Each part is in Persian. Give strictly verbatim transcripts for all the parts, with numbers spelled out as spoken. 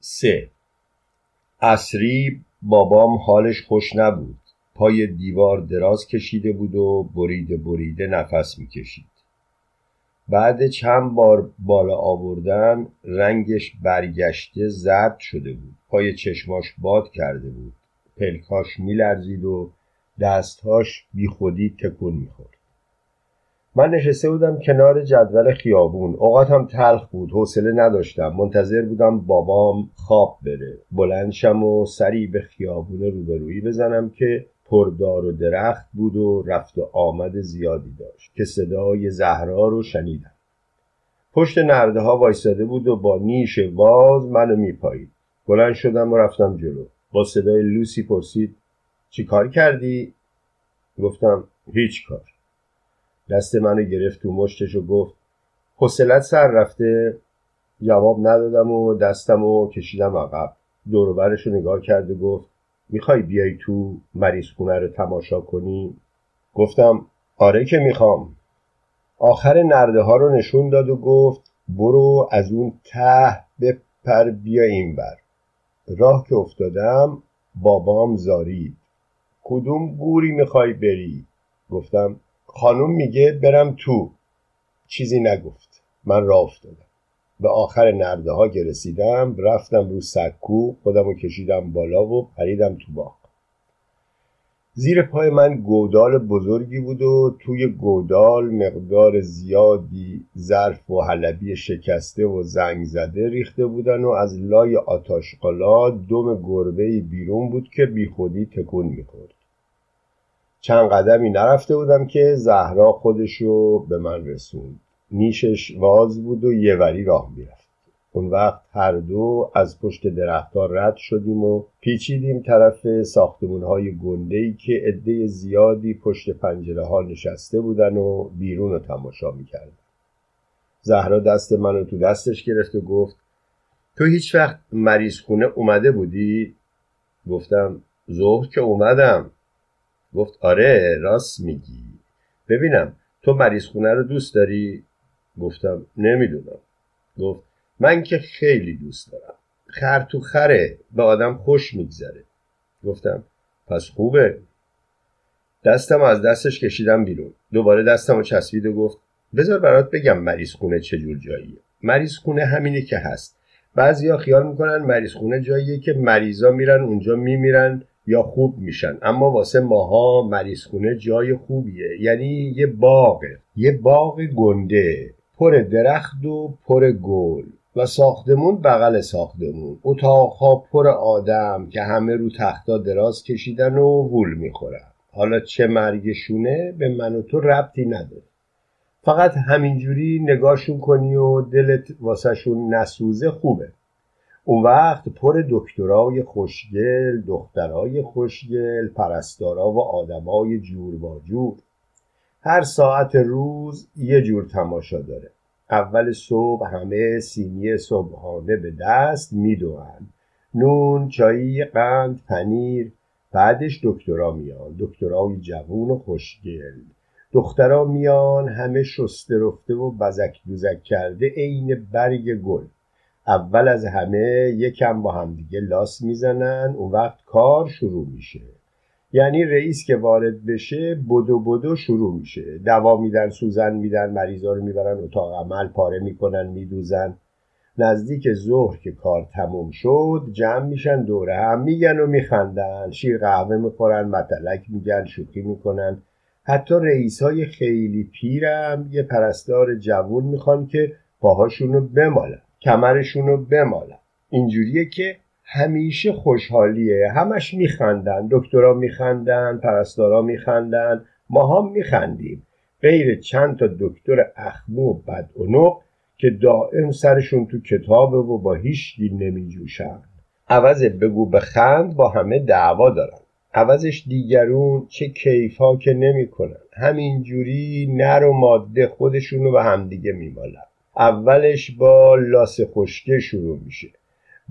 سه. عصری بابام حالش خوش نبود. پای دیوار دراز کشیده بود و بریده بریده نفس میکشید. بعد چند بار بالا آوردن رنگش برگشته زرد شده بود. پای چشماش باد کرده بود. پلکاش میلرزید و دستهاش بی خودی تکون میخورد. من نشسته بودم کنار جدول خیابون. اوقاتم تلخ بود. حوصله نداشتم. منتظر بودم بابام خواب بره. بلند شم و سری به خیابون روبرویی بزنم که پردار و درخت بود و رفت و آمد زیادی داشت که صدای زهرا رو شنیدم. پشت نرده ها وایساده بود و با نیش باز منو میپایید. بلند شدم و رفتم جلو. با صدای لوسی پرسید چی کار کردی؟ گفتم هیچ کار. دست منو گرفت تو مشتش و گفت حوصله‌ات سر رفته؟ جواب ندادم و دستمو کشیدم عقب. دور و برشو نگاه کرد و گفت میخوای بیای تو مریض خونه رو تماشا کنی؟ گفتم آره که میخوام. آخر نرده ها رو نشون داد و گفت برو از اون ته بپر بیا این بر. راه که افتادم بابام زارید. کدوم گوری میخوای بری؟ گفتم خانم میگه برم تو. چیزی نگفت. من راه افتادم. به آخر نرده ها که رسیدم رفتم رو سکو، خودمو کشیدم بالا و پریدم تو باغ. زیر پای من گودال بزرگی بود و توی گودال مقدار زیادی ظرف و حلبی شکسته و زنگ زده ریخته بودن و از لای آتاشقالا دم گربه‌ای بیرون بود که بی خودی تکون می‌خورد. چند قدمی نرفته بودم که زهرا خودشو به من رسوند. نیشش واز بود و یه وری راه میرفت. اون وقت هر دو از پشت درخت‌ها رد شدیم و پیچیدیم طرف ساختمان‌های گنده‌ای که عده زیادی پشت پنجره‌ها نشسته بودن و بیرون رو تماشا می‌کردن. زهرا دست منو تو دستش گرفت و گفت تو هیچ وقت مریض خونه اومده بودی؟ گفتم ظهر که اومدم. گفت آره راست میگی. ببینم تو مریض خونه رو دوست داری؟ گفتم نمیدونم. گفت من که خیلی دوست دارم. خر تو خره، به آدم خوش میگذره. گفتم پس خوبه. دستم از دستش کشیدم بیرون. دوباره دستم رو چسبید و گفت بذار برات بگم مریض خونه چجور جاییه. مریض خونه همینه که هست. بعضیا خیال میکنن مریض خونه جاییه که مریضا میرن اونجا میمیرن یا خوب میشن، اما واسه ماها مریض خونه جای خوبیه. یعنی یه باغه، یه باغ گنده پر درخت و پر گل و ساختمون بغل ساختمون، اتاقها پر آدم که همه رو تختا دراز کشیدن و وول میخورن. حالا چه مرگشونه به من و تو ربطی نداره. فقط همینجوری نگاهشون کنی و دلت واسه شون نسوزه خوبه. اون وقت پر دکترای خوشگل، دخترای خوشگل، پرستارا و آدمای جور با جور. هر ساعت روز یه جور تماشا داره. اول صبح همه سینی صبحانه به دست میدوئن. نون، چایی، قند، پنیر. بعدش دکترا میان، دکترای جوون و خوشگل. دخترا میان همه شسته رفته و بزک دوزک کرده عین برگ گل. اول از همه یکم با همدیگه لاس میزنن. اون وقت کار شروع میشه. یعنی رئیس که وارد بشه بدو بدو شروع میشه. دوا میدن، سوزن میدن، مریضا رو میبرن اتاق عمل، پاره میکنن، میدوزن. نزدیک ظهر که کار تموم شد جمع میشن دوره هم، میگن و میخندن، شیر قهوه میخورن، متلک میگن، شوخی میکنن. حتی رئیسای خیلی پیرم یه پرستار جوون میخوان که پاهاشونو بمالن، کمرشونو بمالن. اینجوریه که همیشه خوشحالیه، همش میخندن، دکترها میخندن، پرستارا میخندن، ما هم میخندیم، غیر چند تا دکتر اخمو و بدعنق که دائم سرشون تو کتابه و با هیچکی نمیجوشن. عوض بگو بخند با همه دعوا دارن. عوضش دیگرون چه کیفا که نمی کنن. همینجوری نر و ماده خودشونو به همدیگه میمالن. اولش با لاس خشکه شروع میشه،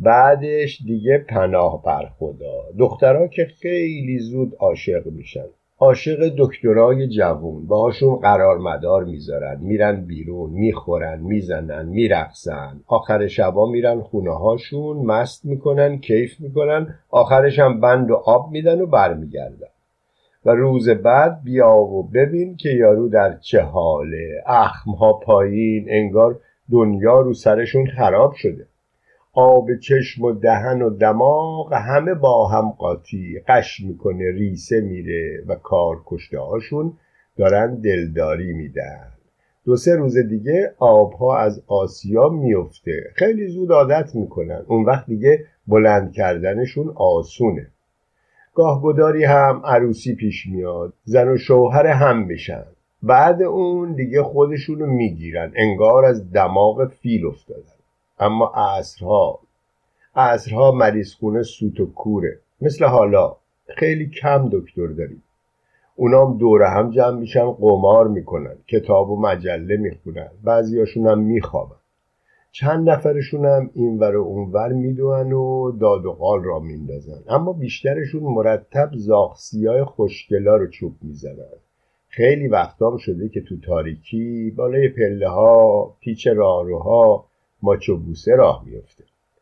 بعدش دیگه پناه بر خدا. دخترها که خیلی زود عاشق میشن. عاشق دکترای جوون، باهاشون قرار مدار میذارن، میرن بیرون، میخورن، میزنن، میرقصن، آخر شبا میرن خونه هاشون، مست میکنن، کیف میکنن، آخرش هم بند و آب میدن و برمیگردن. و روز بعد بیا و ببین که یارو در چه حاله، اخمها پایین، انگار دنیا رو سرشون خراب شده. آب چشم و دهن و دماغ همه با هم قاطی، قش میکنه، ریسه میره و کار کشته هاشون دارن دلداری میدن. دو سه روز دیگه آبها از آسیا میفته، خیلی زود عادت میکنن، اون وقت دیگه بلند کردنشون آسونه. گاهگداری هم عروسی پیش میاد، زن و شوهر هم میشن، بعد اون دیگه خودشونو میگیرن، انگار از دماغ فیل افتادن. اما عصرها عصرها مریض خونه سوت و کوره، مثل حالا خیلی کم دکتر داریم. اونام دور هم جمع میشن، قمار میکنن، کتاب و مجله میخونن، بعضیاشون هم میخوابن، چند نفرشون هم اینور و اونور میدوئن و داد و قال را میندازن، اما بیشترشون مرتب زاغسیای خوشگلا رو چوب میزنن. خیلی وقتام شده که تو تاریکی بالای پله ها، پیچ راهروها ماچ و بوسه راه میفته.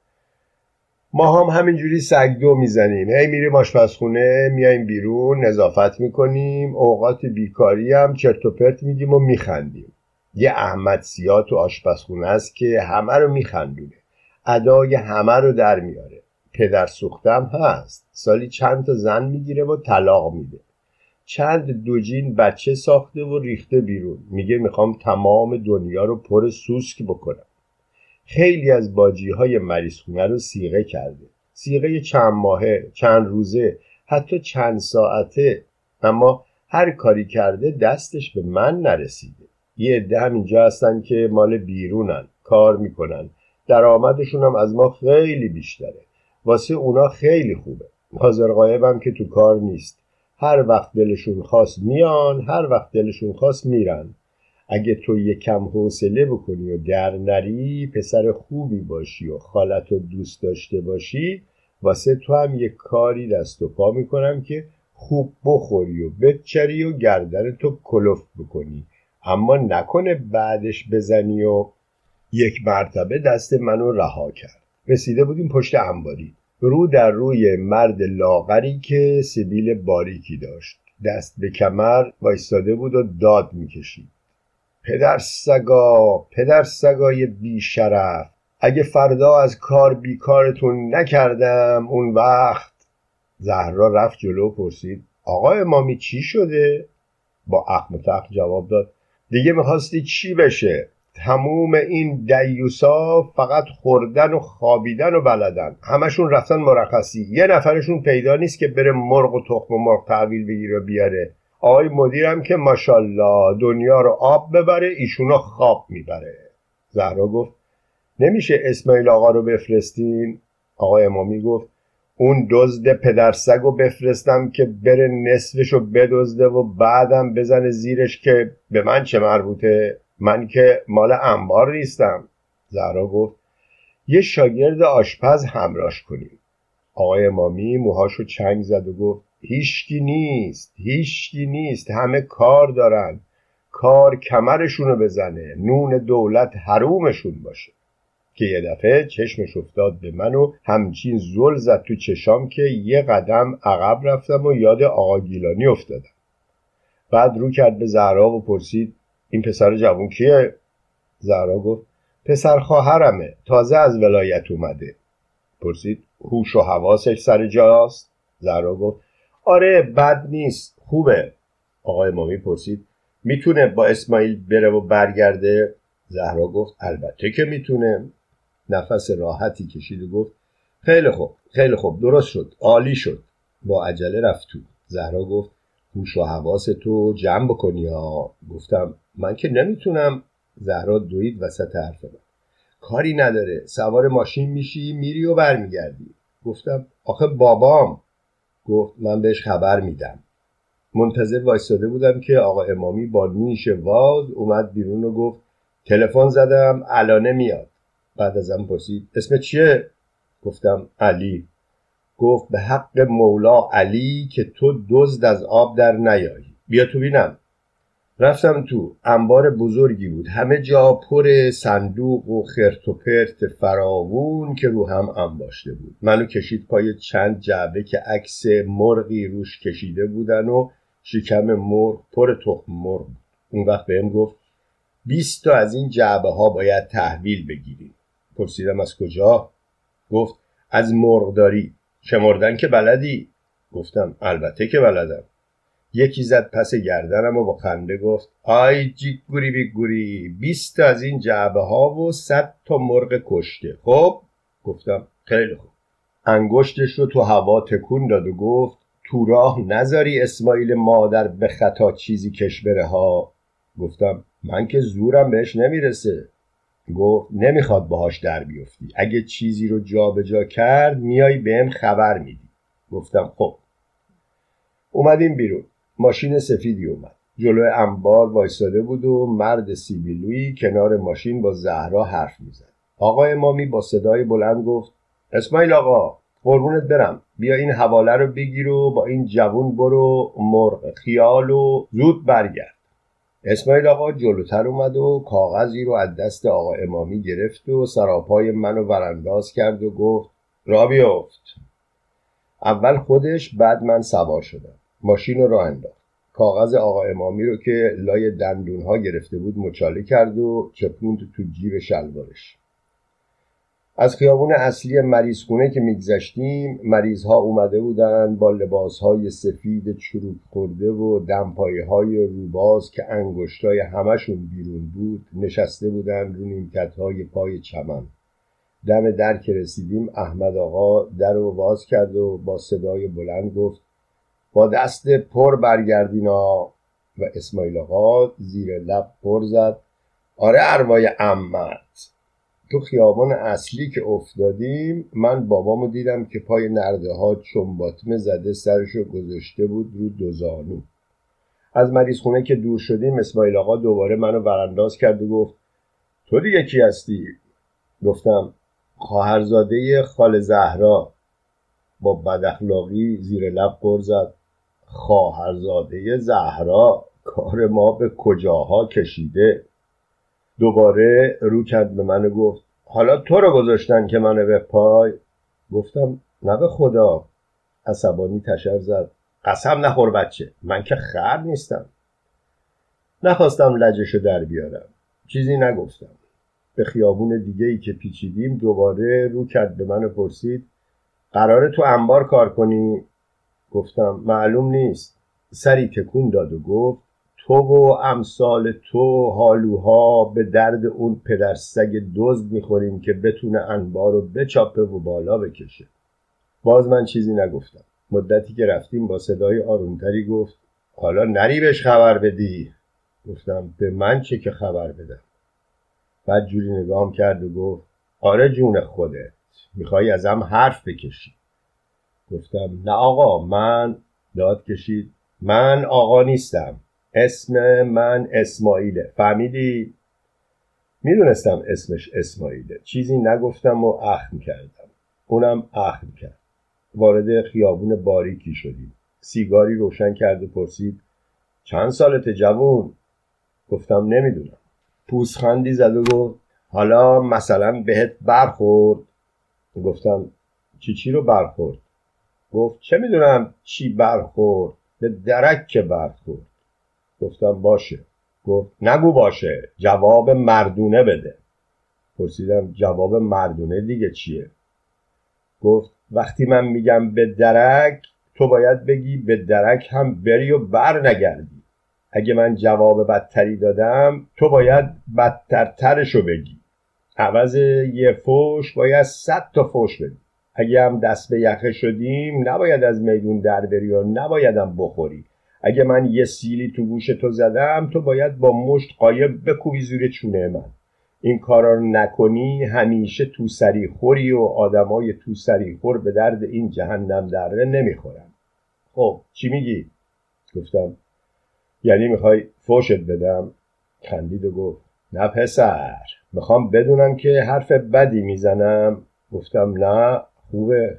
ما هم همینجوری سگدو میزنیم، هی میریم آشپزخونه، میایم بیرون، نظافت میکنیم، اوقات بیکاری هم چرت و پرت میگیم و میخندیم. یه احمد سیاه تو آشپزخونه است که همه رو میخندونه، ادای همه رو در میاره. پدر سوختم هست، سالی چند تا زن میگیره و طلاق میده. چند دوجین بچه ساخته و ریخته بیرون، میگه میخوام تمام دنیا رو پر سوسک بکنم. خیلی از باجی های مریض خونه رو صیغه کرده، صیغه چند ماهه، چند روزه، حتی چند ساعته، اما هر کاری کرده دستش به من نرسیده. یه عده هم اینجا هستن که مال بیرونن، کار میکنن، درآمدشون هم از ما خیلی بیشتره، واسه اونا خیلی خوبه. حاضر غایبم که تو کار نیست، هر وقت دلشون خواست میان، هر وقت دلشون خواست میرن. اگه تو یکم حوصله بکنی و در نری، پسر خوبی باشی و خالتو دوست داشته باشی، واسه تو هم یک کاری دست و پا میکنم که خوب بخوری و بچری و گردن تو کلفت بکنی، اما نکنه بعدش بزنی. و یک مرتبه دست منو رها کرد. رسیده بودیم پشت انباری، رو در روی مرد لاغری که سبیل باریکی داشت، دست به کمر وایستاده بود و داد میکشید: پدر سگا، پدر سگای بی شرف، اگه فردا از کار بیکارتون نکردم اون وقت. زهرا رفت جلو و پرسید: آقا امامی چی شده؟ با اخم و تخم جواب داد: دیگه میخواستی چی بشه؟ تموم این دیوسا فقط خوردن و خوابیدن و بلدن، همشون رفتن مرخصی، یه نفرشون پیدا نیست که بره مرغ و تخم و مرغ تحویل بگیره بیاره. آقای مدیرم که ماشالله دنیا رو آب ببره، ایشونو خواب میبره. زهرا گفت: نمیشه اسماعیل آقا رو بفرستین؟ آقای امامی گفت: اون دزد پدرسگو بفرستم که بره نصفشو بدزده و بعدم بزنه زیرش که به من چه مربوطه؟ من که مال انبار نیستم. زهرا گفت: یه شاگرد آشپز همراهش کنیم. آقای امامی موهاشو چنگ زد و گفت: هیچکی نیست، هیچکی نیست، همه کار دارن، کار کمرشونو بزنه، نون دولت حرومشون باشه. که یه دفعه چشمش افتاد به من و همچین زل زد تو چشام که یه قدم عقب رفتم و یاد آقا گیلانی افتادم. بعد رو کرد به زهرا و پرسید: این پسر جوون کیه؟ زهرا گفت: پسر خواهرمه، تازه از ولایت اومده. پرسید: هوش و حواسش سر جاست؟ زهرا گفت: آره بد نیست، خوبه. آقای امامی پرسید: میتونه با اسماعیل بره و برگرده؟ زهرا گفت: البته که میتونه. نفس راحتی کشید و گفت: خیلی خوب، خیلی خوب، درست شد، عالی شد. با عجله رفت تو. زهرا گفت: هوش و حواس تو جمع بکنی ها. گفتم: من که نمیتونم. زهرا دوید وسط حرف من: کاری نداره، سوار ماشین میشی میری و برمیگردی. گفتم: آخه بابام. گفت: من بهش خبر میدم. منتظر وایساده بودم که آقا امامی با نیش واز اومد بیرون و گفت: تلفن زدم الانه میاد. بعد ازم پرسید: اسم چیه؟ گفتم: علی. گفت به حق مولا علی که تو دزد از آب در نیایی. بیا تو بینم. رفتم تو. انبار بزرگی بود، همه جا پر صندوق و خرت و پرت فراوون که رو هم انباشته بود. منو کشید پای چند جعبه که عکس مرغی روش کشیده بودن و شکم مرغ پر تخم مرغ بود. اون وقت بهم گفت بیست تا از این جعبه ها باید تحویل بگیریم. پرسیدم از کجا؟ گفت از مرغداری. شمردن که بلدی؟ گفتم البته که بلدم. یکی زد پس گردنم و با خنده گفت آی جیک گوری بی گوری، بیست تا از این جعبه ها و صد تا مرغ کشته. خب؟ گفتم خیلی خوب. انگشتش رو تو هوا تکون داد و گفت تو راه نذاری اسماعیل مادر به خطا چیزی کش بره ها. گفتم من که زورم بهش نمیرسه. گفت نمیخواد باهاش در بیفتی، اگه چیزی رو جا به جا کرد میای بهم خبر میدی. گفتم خب. اومدیم بیرون. ماشین سفیدی اومد. جلوی انبار وایساده بود و مرد سیبیلویی کنار ماشین با زهرا حرف میزد. آقا امامی با صدای بلند گفت اسماعیل آقا، قربونت برم، بیا این حواله رو بگیر و با این جوون برو مرغ خیال و زود برگرد. اسماعیل آقا جلوتر اومد و کاغذی رو از دست آقا امامی گرفت و سراپای منو ورانداز کرد و گفت را بیفت. اول خودش، بعد من سوار شدم. ماشین رو راه انداخت. کاغذ آقا امامی رو که لای دندونها گرفته بود مچاله کرد و چپوند تو جیب شلوارش. از خیابون اصلی مریضخونه که میگذشتیم، مریضها اومده بودن با لباسهای سفید چروک خورده و دمپایه های روباز که انگشتای همشون بیرون بود نشسته بودن رو نیمکت‌های پای چمن. دم در که رسیدیم احمد آقا در رو باز کرد و با صدای بلند گفت با دست پر برگردینا. و اسماعیل آقا زیر لب پر زد آره اروای عمت. تو خیابان اصلی که افتادیم من بابامو دیدم که پای نرده ها چنباتمه زده سرشو گذاشته بود رو دو زانو. از مریض خونه که دور شدیم اسماعیل آقا دوباره منو ورانداز کرد و گفت تو دیگه کی هستی؟ گفتم خواهرزاده خاله زهرا. با بداخلاقی زیر لب پر زد خواهرزاده زهرا، کار ما به کجاها کشیده. دوباره رو کرد به من و گفت حالا تو رو گذاشتن که منو به پای. گفتم نه به خدا. عصبانی تشر زد قسم نخور بچه، من که خر نیستم. نخواستم لجشو در بیارم، چیزی نگفتم. به خیابون دیگه ای که پیچیدیم دوباره رو کرد به من و پرسید قراره تو انبار کار کنی؟ گفتم معلوم نیست. سری تکون داد و گفت تو و امثال تو حالوها به درد اون پدر سگ دزد میخوریم که بتونه انبار رو بچاپه و بالا بکشه. باز من چیزی نگفتم. مدتی که رفتیم با صدای آرومتری گفت حالا نری بهش خبر بدی. گفتم به من چه که خبر بدم. بعد جوری نگام کرد و گفت آره جون خودت، میخوای ازم حرف بکشی. گفتم نه آقا، من. داد کشید من آقا نیستم، اسم من اسماعیله، فهمیدی؟ میدونستم اسمش اسماعیله. چیزی نگفتم و اخم کردم. اونم اخم کرد. وارد خیابون باریکی شدیم. سیگاری روشن کرد و پرسید چند سالته جوون؟ گفتم نمیدونم. پوزخندی زد و گفت حالا مثلا بهت برخورد؟ گفتم چی چی رو برخورد؟ گفت چه میدونم چی برخورد، به درک که برخورد. گفتم باشه. گفت نگو باشه، جواب مردونه بده. پرسیدم جواب مردونه دیگه چیه؟ گفت وقتی من میگم به درک تو باید بگی به درک هم بری و بر نگردی. اگه من جواب بدتری دادم تو باید بدترترشو بگی. عوض یه فوش باید صد تا فوش بدی. اگه هم دست به یخه شدیم نباید از میدون در بری و نبایدم بخوری. اگه من یه سیلی تو گوش تو زدم تو باید با مشت قایم بکوبی زیر چونه من. این کارا رو نکنی همیشه تو سری خوری و آدمای تو سری خور به درد این جهنم دره نمیخورن. خب چی میگی؟ گفتم یعنی میخوای فوشت بدم؟ خندید و گفت نه پسر، میخوام بدونم که حرف بدی میزنم. گفتم نه خوبه.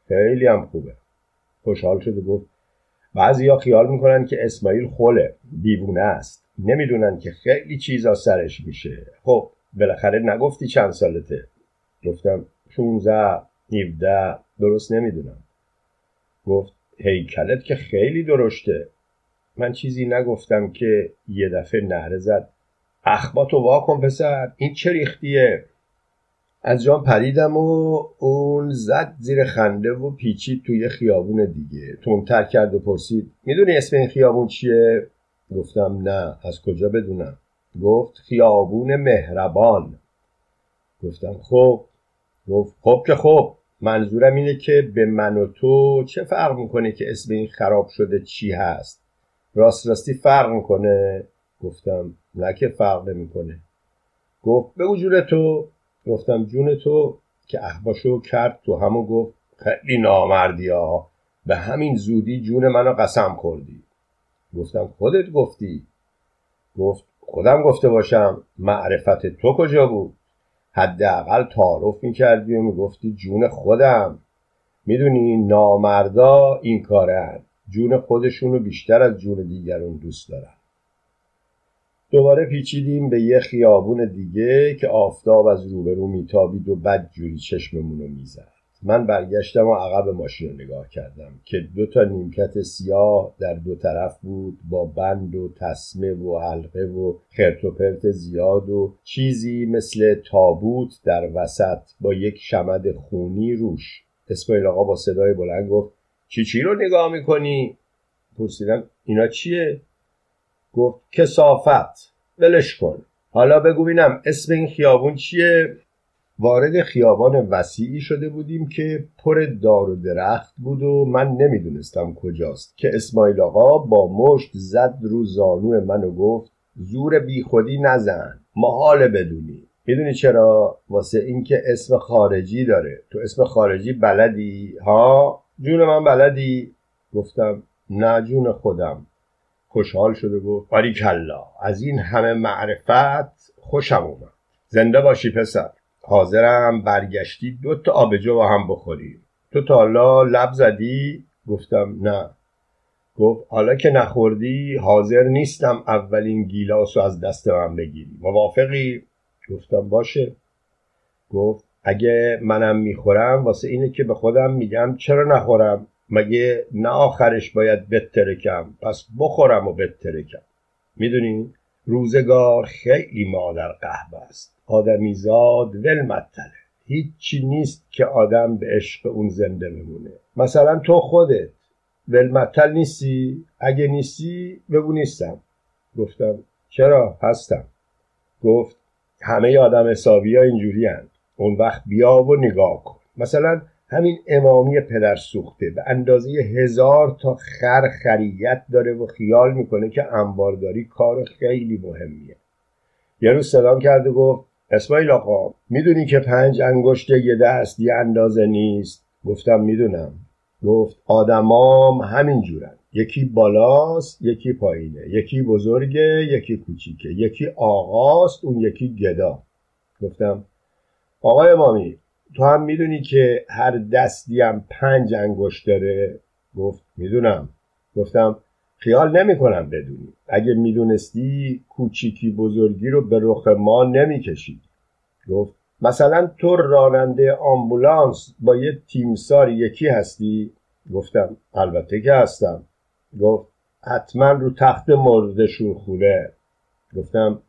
خیلی هم خوبه. خوشحال شد و گفت بعضیا خیال میکنن که اسماعیل خله، دیوونه است، نمیدونن که خیلی چیزا سرش میشه. خب بالاخره نگفتی چند سالته؟ گفتم شونزده هفده، درست نمیدونم. گفت هیکلت که خیلی درشته. من چیزی نگفتم که یه دفعه نعره زد اخباتو وا کن پسر، این چه ریختیه؟ از جام پریدم و اون زد زیر خنده و پیچید توی خیابون دیگه. تندتر کرد و پرسید میدونی اسم این خیابون چیه؟ گفتم نه، از کجا بدونم؟ گفت خیابون مهربان. گفتم خب. گفت خب که خب، منظورم اینه که به من و تو چه فرق میکنه که اسم این خراب شده چی هست؟ راست راستی فرق میکنه؟ گفتم نه که فرق نمیکنه. گفت بگو جون تو. گفتم جون تو، که اخباشو کرد تو همو گفت خیلی نامردی ها، به همین زودی جون منو قسم خوردی. گفتم خودت گفتی. گفت خودم گفته باشم، معرفت تو کجا بود؟ حداقل تعارف میکردی و میگفتی جون خودم. میدونی نامردا این کارن، جون خودشونو بیشتر از جون دیگرون دوست دارن. دوباره پیچیدیم به یه خیابون دیگه که آفتاب از روبرو میتابید و بدجوری چشممونو میزد. من برگشتم و عقب ماشین رو نگاه کردم که دو تا نیمکت سیاه در دو طرف بود با بند و تسمه و حلقه و خرت و پرت زیاد و چیزی مثل تابوت در وسط با یک شمد خونی روش. اسماعیل آقا با صدای بلند گفت چی چی رو نگاه میکنی؟ پرسیدم اینا چیه؟ گفت کثافت، ولش کن. حالا بگو ببینم اسم این خیابون چیه؟ وارد خیابان وسیعی شده بودیم که پر دار و درخت بود و من نمیدونستم کجاست که اسماعیل آقا با مشت زد رو زانو من و گفت زور بی خودی نزن، محاله بدونی. میدونی چرا؟ واسه این که اسم خارجی داره. تو اسم خارجی بلدی؟ ها؟ جون من بلدی؟ گفتم نه جون خودم. خوشحال شد و گفت باریکلا، از این همه معرفت خوشم اومد. زنده باشی پسر. حاضرم برگشتی دو تا آبجو با هم بخوریم. تو تا حالا لب زدی؟ گفتم نه. گفت حالا که نخوردی حاضر نیستم اولین گیلاسو از دست من بگیری. موافقی؟ گفتم باشه. گفت اگه منم میخورم واسه اینه که به خودم میگم چرا نخورم؟ مگه نه آخرش باید بترکم؟ پس بخورم و بترکم. میدونی روزگار خیلی مادر قهوه است. آدمیزاد ولمتله، هیچی نیست که آدم به عشق اون زنده بمونه. مثلا تو خودت ولمتل نیستی؟ اگه نیستی بگو نیستم. گفتم چرا هستم. گفت همه آدم حسابی ها اینجوری هست. اون وقت بیا و نگاه کن. مثلا همین امامی پدر سوخته به اندازه هزار تا خر خریت داره و خیال میکنه که انبارداری کار خیلی مهمیه. یه روز سلام کرد و گفت اسماعیل آقا میدونی که پنج انگشت یه دست یه اندازه نیست؟ گفتم میدونم. گفت آدمام همین جورن، یکی بالاست یکی پایینه، یکی بزرگه یکی کوچیکه، یکی آقاست اون یکی گدا. گفتم آقای امامی تو هم میدونی که هر دستی هم پنج انگشت داره؟ گفت میدونم. گفتم خیال نمی کنم بدونی. اگه میدونستی کوچیکی بزرگی رو به رخ ما نمیکشید. گفت مثلا تو راننده آمبولانس با یه تیمسار یکی هستی؟ گفتم البته که هستم. گفت حتما رو تخت مردشون خوره. گفتم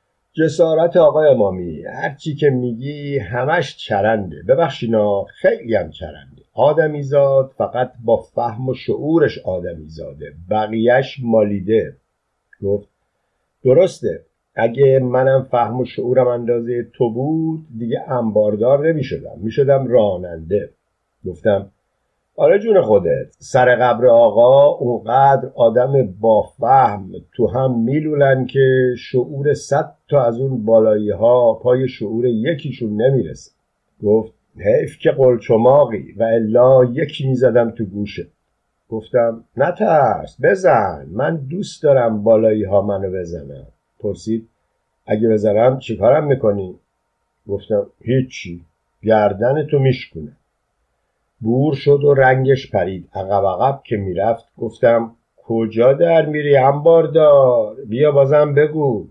جسارت آقای امامی، هرچی که میگی همش چرنده. ببخشینا خیلی هم چرنده. آدمیزاد فقط با فهم و شعورش آدمیزاده، بقیهش مالیده. گفت درسته، اگه منم فهم و شعورم اندازه تو بود دیگه انباردار نمی شدم، می شدم راننده. گفتم آره جون خودت، سر قبر آقا اونقدر آدم با فهم تو هم میلولن که شعور صد تا از اون بالایی ها پای شعور یکیشون نمیرسه. گفت حیف که قلچماقی و الا یکی میزدم تو گوشه. گفتم نترس بزن، من دوست دارم بالایی ها منو بزنم. پرسید اگه بزنم چی کارم میکنی؟ گفتم هیچی، گردن تو میشکنه. بور شد و رنگش پرید. عقب عقب که میرفت گفتم کجا در میری انباردار؟ بیا بازم بگو.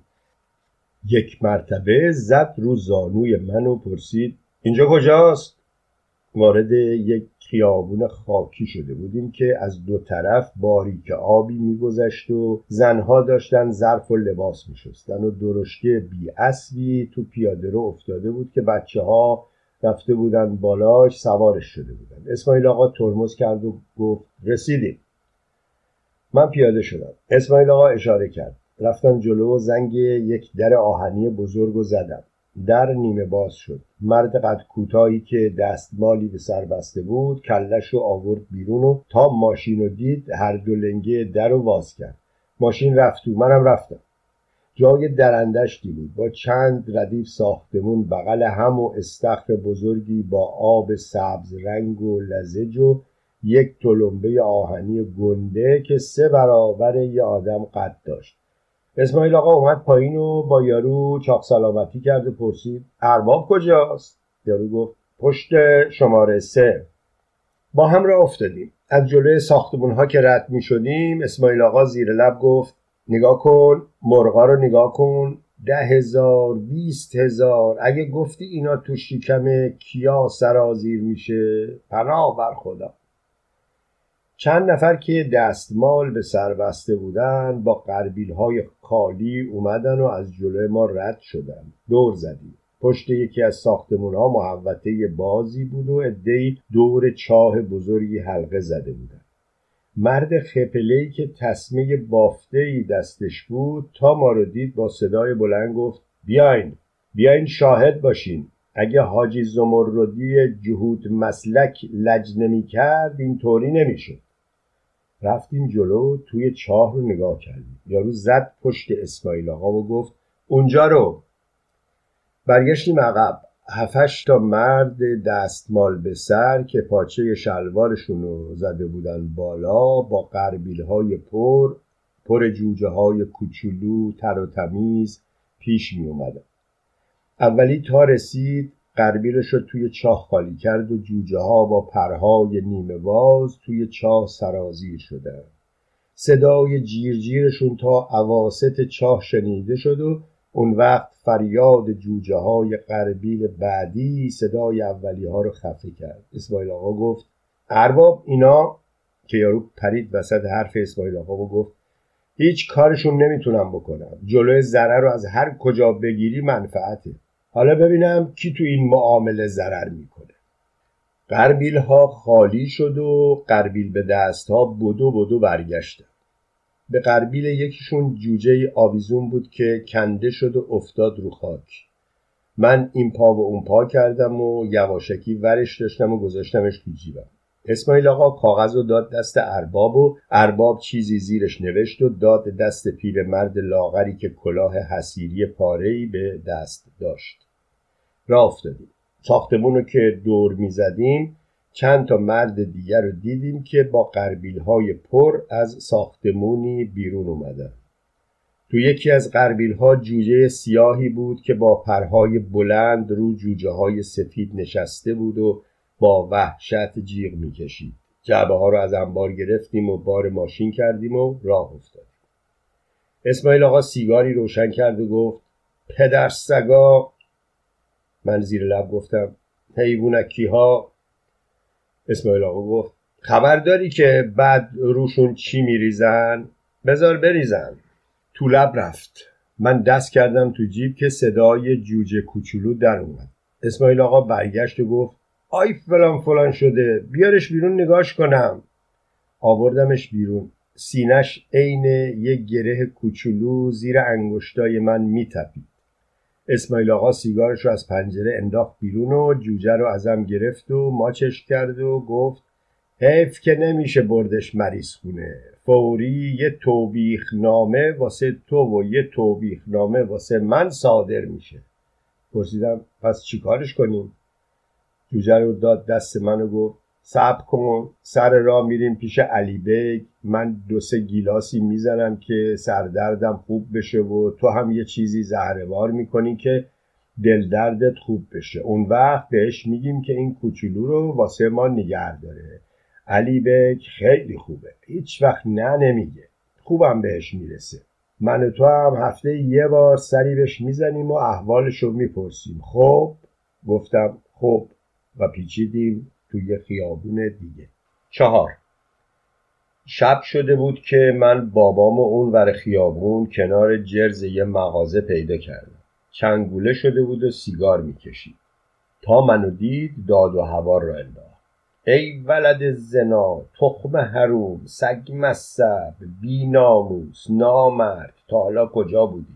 یک مرتبه زد رو زانوی من و پرسید اینجا کجاست؟ وارد یک خیابون خاکی شده بودیم که از دو طرف باریک آبی میگذشت و زنها داشتن ظرف و لباس میشستن و درشکه بی اسبی تو پیاده رو افتاده بود که بچه ها رفته بودن بالاش سوارش شده بودن. اسماعیل آقا ترمز کرد و گفت رسیدیم. من پیاده شدم. اسماعیل آقا اشاره کرد. رفتم جلو و زنگ یک در آهنی بزرگ رو زدم. در نیمه باز شد. مرد قد کوتاهی که دستمالی به سر بسته بود کلش رو آورد بیرون و تا ماشین رو دید هر دو لنگه در رو باز کرد. ماشین رفت و منم رفتم. جای درندشتی بود با چند ردیف ساختمون بغل هم و استخر بزرگی با آب سبز رنگ و لزج و یک تلمبه آهنی گنده که سه برابر یه آدم قد داشت. اسماعیل آقا اومد پایین و با یارو چاق سلامتی کرد و پرسید ارباب کجاست؟ یارو گفت پشت شماره سه. با هم راه افتادیم. از جلوی ساختمون ها که رد می شدیم اسماعیل آقا زیر لب گفت نگاه کن، مرغا رو نگاه کن، ده هزار، بیست هزار. اگه گفتی اینا تو شکم کیا سرازیر میشه پناه بر خدا. چند نفر که دستمال به سر بسته بودن با قربیل های خالی اومدن و از جلوی ما رد شدن. دور زدیم. پشت یکی از ساختمون ها محوطه بازی بود و عده‌ای دور چاه بزرگی حلقه زده بودن. مرد خپله‌ای که تسمه بافته‌ای دستش بود تا ما رو دید با صدای بلند گفت بیاین بیاین شاهد باشین. اگه حاجی زمردی جهود مسلک لج نمی کرد این طوری نمی شد. رفتیم جلو توی چاه رو نگاه کردیم. یارو زد پشت اسماعیل آقا و گفت اونجا رو. برگشتیم عقب. هفتش تا مرد دستمال به سر که پاچه شلوارشون رو زده بودن بالا با قربیل های پر پر جوجه های کوچولو تر و تمیز پیش می اومدن. اولی تا رسید قربیلش رو توی چاه خالی کرد و جوجه ها با پرهای نیمه باز توی چاه سرازیر شدن. صدای جیرجیرشون تا اواسط چاه شنیده شد و اون وقت فریاد جوجه های قربیل بعدی صدای اولی ها رو خفه کرد. اسماعیل آقا گفت ارباب اینا، که یارو پرید وسط حرف اسماعیل آقا و گفت هیچ کارشون نمیتونم بکنم. جلوی ضرر رو از هر کجا بگیری منفعته. حالا ببینم کی تو این معامله ضرر میکنه. قربیل ها خالی شد و قربیل به دست ها بدو بدو برگشتن. به قربیل یکیشون جوجه آویزون بود که کنده شد و افتاد رو خاک. من این پا و اون پا کردم و یواشکی ورش داشتم و گذاشتمش تو جیبم. اسماعیل آقا کاغذ رو داد دست ارباب و ارباب چیزی زیرش نوشت و داد دست پیرمرد لاغری که کلاه حصیری پاره‌ای به دست داشت. راه افتادیم. ساختمون رو که دور می زدیم چند تا مرد دیگر رو دیدیم که با قربیل‌های پر از ساختمونی بیرون اومدن. تو یکی از قربیل‌ها جوجه سیاهی بود که با پرهای بلند رو جوجه‌های سفید نشسته بود و با وحشت جیغ می‌کشید. جعبه ها رو از انبار گرفتیم و بار ماشین کردیم و راه افتادیم. اسماعیل آقا سیگاری روشن کرد و گفت پدر سگا. من زیر لب گفتم حیوانکی ها. اسماعیل آقا گفت خبر داری که بعد روشون چی میریزن؟ بذار بریزن. تو لب رفت. من دست کردم تو جیب که صدای جوجه کوچولو در اومد. اسماعیل آقا برگشت و گفت آی فلان فلان شده، بیارش بیرون نگاش کنم. آوردمش بیرون. سینش عین یک گره کوچولو زیر انگشتای من میتپید. اسماعیل آقا سیگارش رو از پنجره انداخت بیرون و جوجه رو ازم گرفت و ماچش کرد و گفت حیف که نمیشه بردش مریض خونه. فوری یه توبیخ نامه واسه تو و یه توبیخ نامه واسه من صادر میشه. پرسیدم پس چی کارش کنیم؟ جوجه رو داد دست من و گفت صبر کن، سر راه میریم پیش علی بیگ، من دو سه گیلاسی میزنم که سردردم خوب بشه و تو هم یه چیزی زهره‌وار میکنی که دل دردت خوب بشه. اون وقت بهش میگیم که این کوچولو رو واسه ما نگه داره. علی بک خیلی خوبه، هیچ وقت نه نمیگه، خوبم بهش میرسه. من و تو هم هفته یه بار سری بهش میزنیم و احوالشو میپرسیم. خب گفتم خب و پیچیدیم توی خیابون دیگه. چهار. شب شده بود که من بابامو اون ور خیابون کنار جرز یه مغازه پیدا کردم. چنگوله شده بود و سیگار میکشید. تا منو دید داد و هوار را انداخت. ای ولد زنا، تخم حروم، سگ مصب، بی ناموس، نامرد، تا حالا کجا بودی؟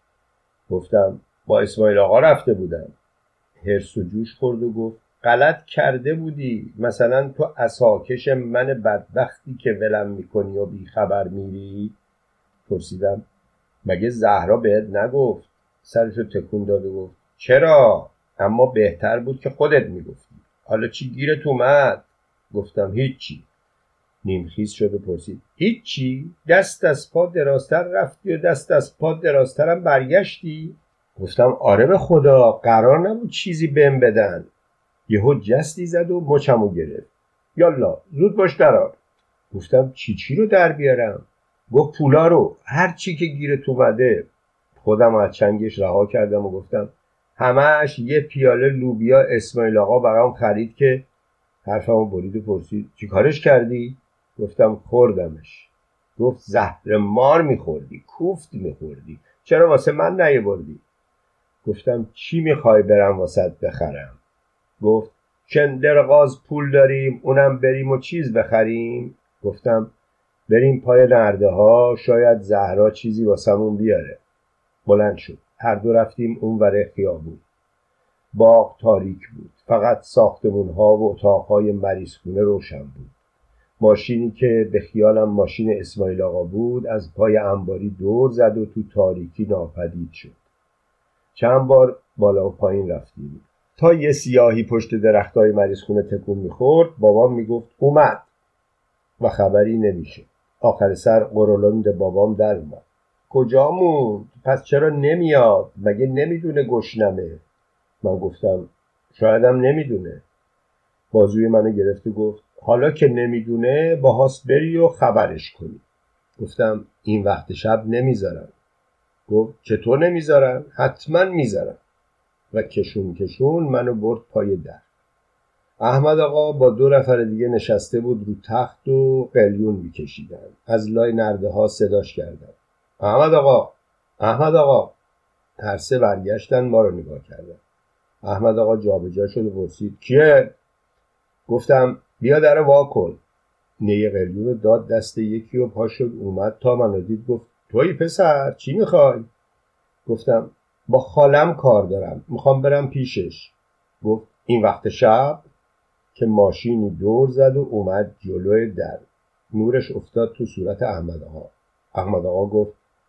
گفتم با اسماعیل آقا رفته بودم. هرس و جوش خورد و گفت غلط کرده بودی، مثلا تو عصاکش من بدبختی که ولم میکنی و بی خبر میری؟ پرسیدم مگه زهرا بهت نگفت؟ سرشو تکون داد و گفت چرا؟ اما بهتر بود که خودت میگفتی. حالا چی گیرت اومد؟ گفتم هیچی. نیمخیز شد و پرسید هیچی؟ دست از پا درازتر رفتی و دست از پا درازترم برگشتی؟ گفتم آره به خدا قرار نبود چیزی بهم بدن. یهو جستی زد و مچمو گرفت. یالا زود باش درار. گفتم چی چی رو در بیارم؟ گفت پولا رو، هر چی که گیرت اومده. خودم از چنگش رها کردم و گفتم همش یه پیاله لوبیا اسماعیل آقا برام خرید که. حرفمو برید و پرسید چی کارش کردی؟ گفتم خوردمش. گفت زهر مار میخوردی، کوفت میخوردی، چرا واسه من نیاوردی؟ گفتم چی میخوای برم واسط بخرم؟ گفت چندرغاز پول داریم اونم بریم و چیز بخریم؟ گفتم بریم پای نرده ها، شاید زهرا چیزی واسمون بیاره. بلند شد. هر دو رفتیم اون ور خیابون. باغ تاریک بود، فقط ساختمون ها و اتاق های مریض خونه روشن بود. ماشینی که به خیالم ماشین اسماعیل آقا بود از پای انباری دور زد و تو تاریکی ناپدید شد. چند بار بالا و پایین رفتیم تا یه سیاهی پشت درختای مریض خونه تکون میخورد. بابام میگفت اومد و خبری نمیشه. آخر سر قرولند بابام در اومد. کجا موند؟ پس چرا نمیاد؟ مگه نمیدونه گشنمه؟ من گفتم شایدم نمیدونه. بازوی منو گرفت و گفت حالا که نمیدونه باهاست بری و خبرش کنی. گفتم این وقت شب نمیذارم. گفت چطور نمیذارم؟ حتما میذارم. و کشون کشون منو برد پای در. احمد آقا با دو نفر دیگه نشسته بود رو تخت و قلیون میکشیدن. از لای نرده ها صداش کردن احمد آقا، احمد آقا. هر سه برگشتن ما رو نگاه کردن. احمد آقا جابجا شد و پرسید کیه؟ گفتم بیا در وا کن. نی قلیون رو داد دست یکی و پا شد اومد تا منو دید. گفت تویی پسر چی میخوای؟ گفتم با خالم کار دارم، میخوام برم پیشش. گفت این وقت شب؟ که ماشینی دور زد و اومد جلوی در. نورش افتاد تو صورت احمد آقا. احمد آقا گفت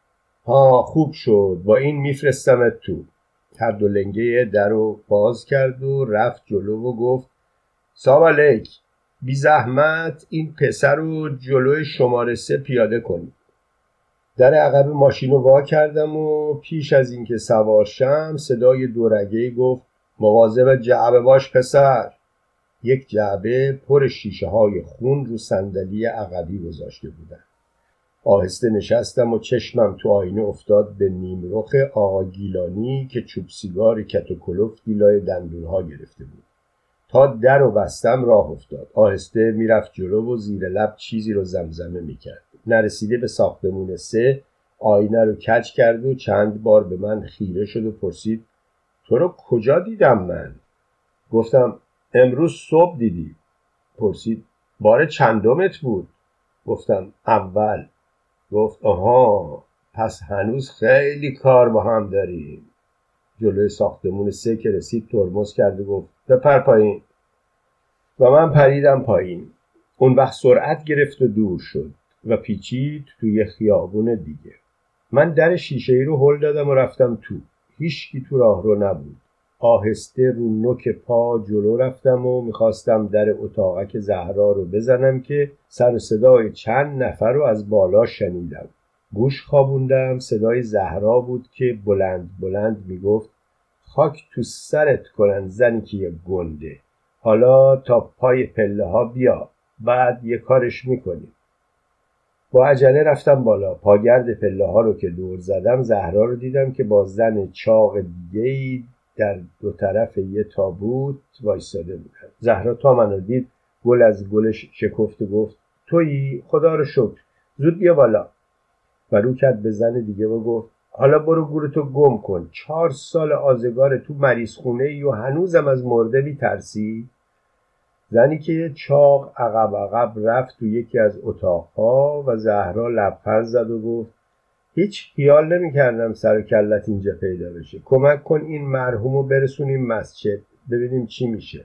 ها خوب شد، با این میفرستمت تو. هر دو لنگه در رو باز کرد و رفت جلو و گفت سلام علیک، بی زحمت این پسر رو جلوی شماره سه پیاده کنید. در عقب ماشین رو وا کردم و پیش از اینکه سوار شم صدای دورگه‌ای گفت مواظب جعبه باش پسر. یک جعبه پر شیشه های خون رو صندلی عقبی گذاشته بودن. آهسته نشستم و چشمم تو آینه افتاد به نیم رخ آقا گیلانی که چوب سیگار کت و کلفتی لای دندونها گرفته بود. تا در و بستم راه افتاد. آهسته میرفت جلو و زیر لب چیزی رو زمزمه میکرد. نرسیده به ساختمون سه آینه رو کج کرد و چند بار به من خیره شد و پرسید تو رو کجا دیدم من؟ گفتم امروز صبح دیدی. پرسید بار چندمت بود؟ گفتم اول. گفت آها پس هنوز خیلی کار با هم داریم. جلوی ساختمون سه که رسید ترمز کرد و گفت بپر پایین. و من پریدم پایین. اون وقت سرعت گرفت و دور شد و پیچید توی خیابون دیگه. من در شیشه‌ای رو هل دادم و رفتم تو. هیچکی تو راه رو نبود. آهسته رو نوک پا جلو رفتم و میخواستم در اتاقک زهرا رو بزنم که سر و صدای چند نفر رو از بالا شنیدم. گوش خوابوندم. صدای زهرا بود که بلند بلند میگفت خاک تو سرت کنن زنی که یه گنده. حالا تا پای پله ها بیا، بعد یه کارش میکنیم. با عجله رفتم بالا. پاگرد پله ها رو که دور زدم زهرا رو دیدم که با زن چاق دیگه‌ای در دو طرف یه تابوت وایساده بودن. زهرا تا منو دید گل از گلش شکفت و گفت تویی؟ خدا رو شکر، زود بیا بالا. و رو کرد به زن دیگه و گفت حالا برو گورتو گم کن. چهار سال آزگار تو مریض خونه ای و هنوزم از مرده میترسی؟ زنی که چاق عقب عقب رفت تو یکی از اتاقها و زهرا لبخند زد و گفت هیچ خیال نمی کردم سر و کلت اینجا پیدا بشه. کمک کن این مرحومو برسونیم مسجد ببینیم چی میشه.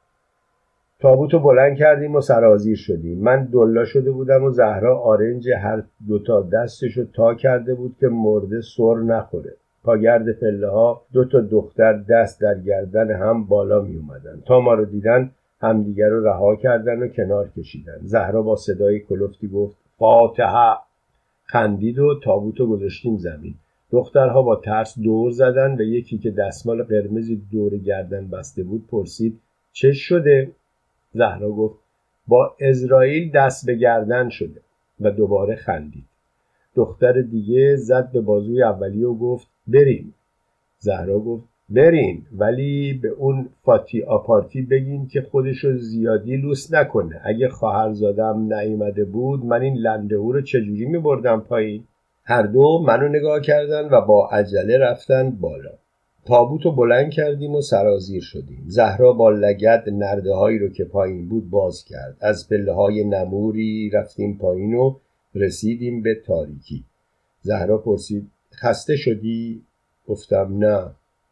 تابوتو بلند کردیم و سرازیر شدیم. من دلا شده بودم و زهرا آرنج هر دوتا دستشو تا کرده بود که مرده سر نخوره. پاگرد پله ها دوتا دختر دست در گردن هم بالا می اومدن. تا ما رو دیدن همدیگر رو رها کردن و کنار کشیدن. زهرا با صدای کلفتی گفت فاتحه. خندید و تابوتو گذاشتیم زمین. دخترها با ترس دور زدن و یکی که دستمال قرمزی دور گردن بسته بود پرسید چه شده؟ زهرا گفت با اسرائیل دست به گردن شده و دوباره خندید. دختر دیگه زد به بازوی اولی و گفت بریم. زهرا گفت برین، ولی به اون فاتی آپارتی بگین که خودشو زیادی لوس نکنه. اگه خواهرزادم نیامده بود من این لندهو رو چجوری میبردم پایین؟ هر دو منو نگاه کردن و با عجله رفتن بالا. تابوتو بلند کردیم و سرازیر شدیم. زهرا با لگد نرده هایی رو که پایین بود باز کرد. از پله های نموری رفتیم پایین و رسیدیم به تاریکی. زهرا پرسید خسته شدی؟ گفتم نه.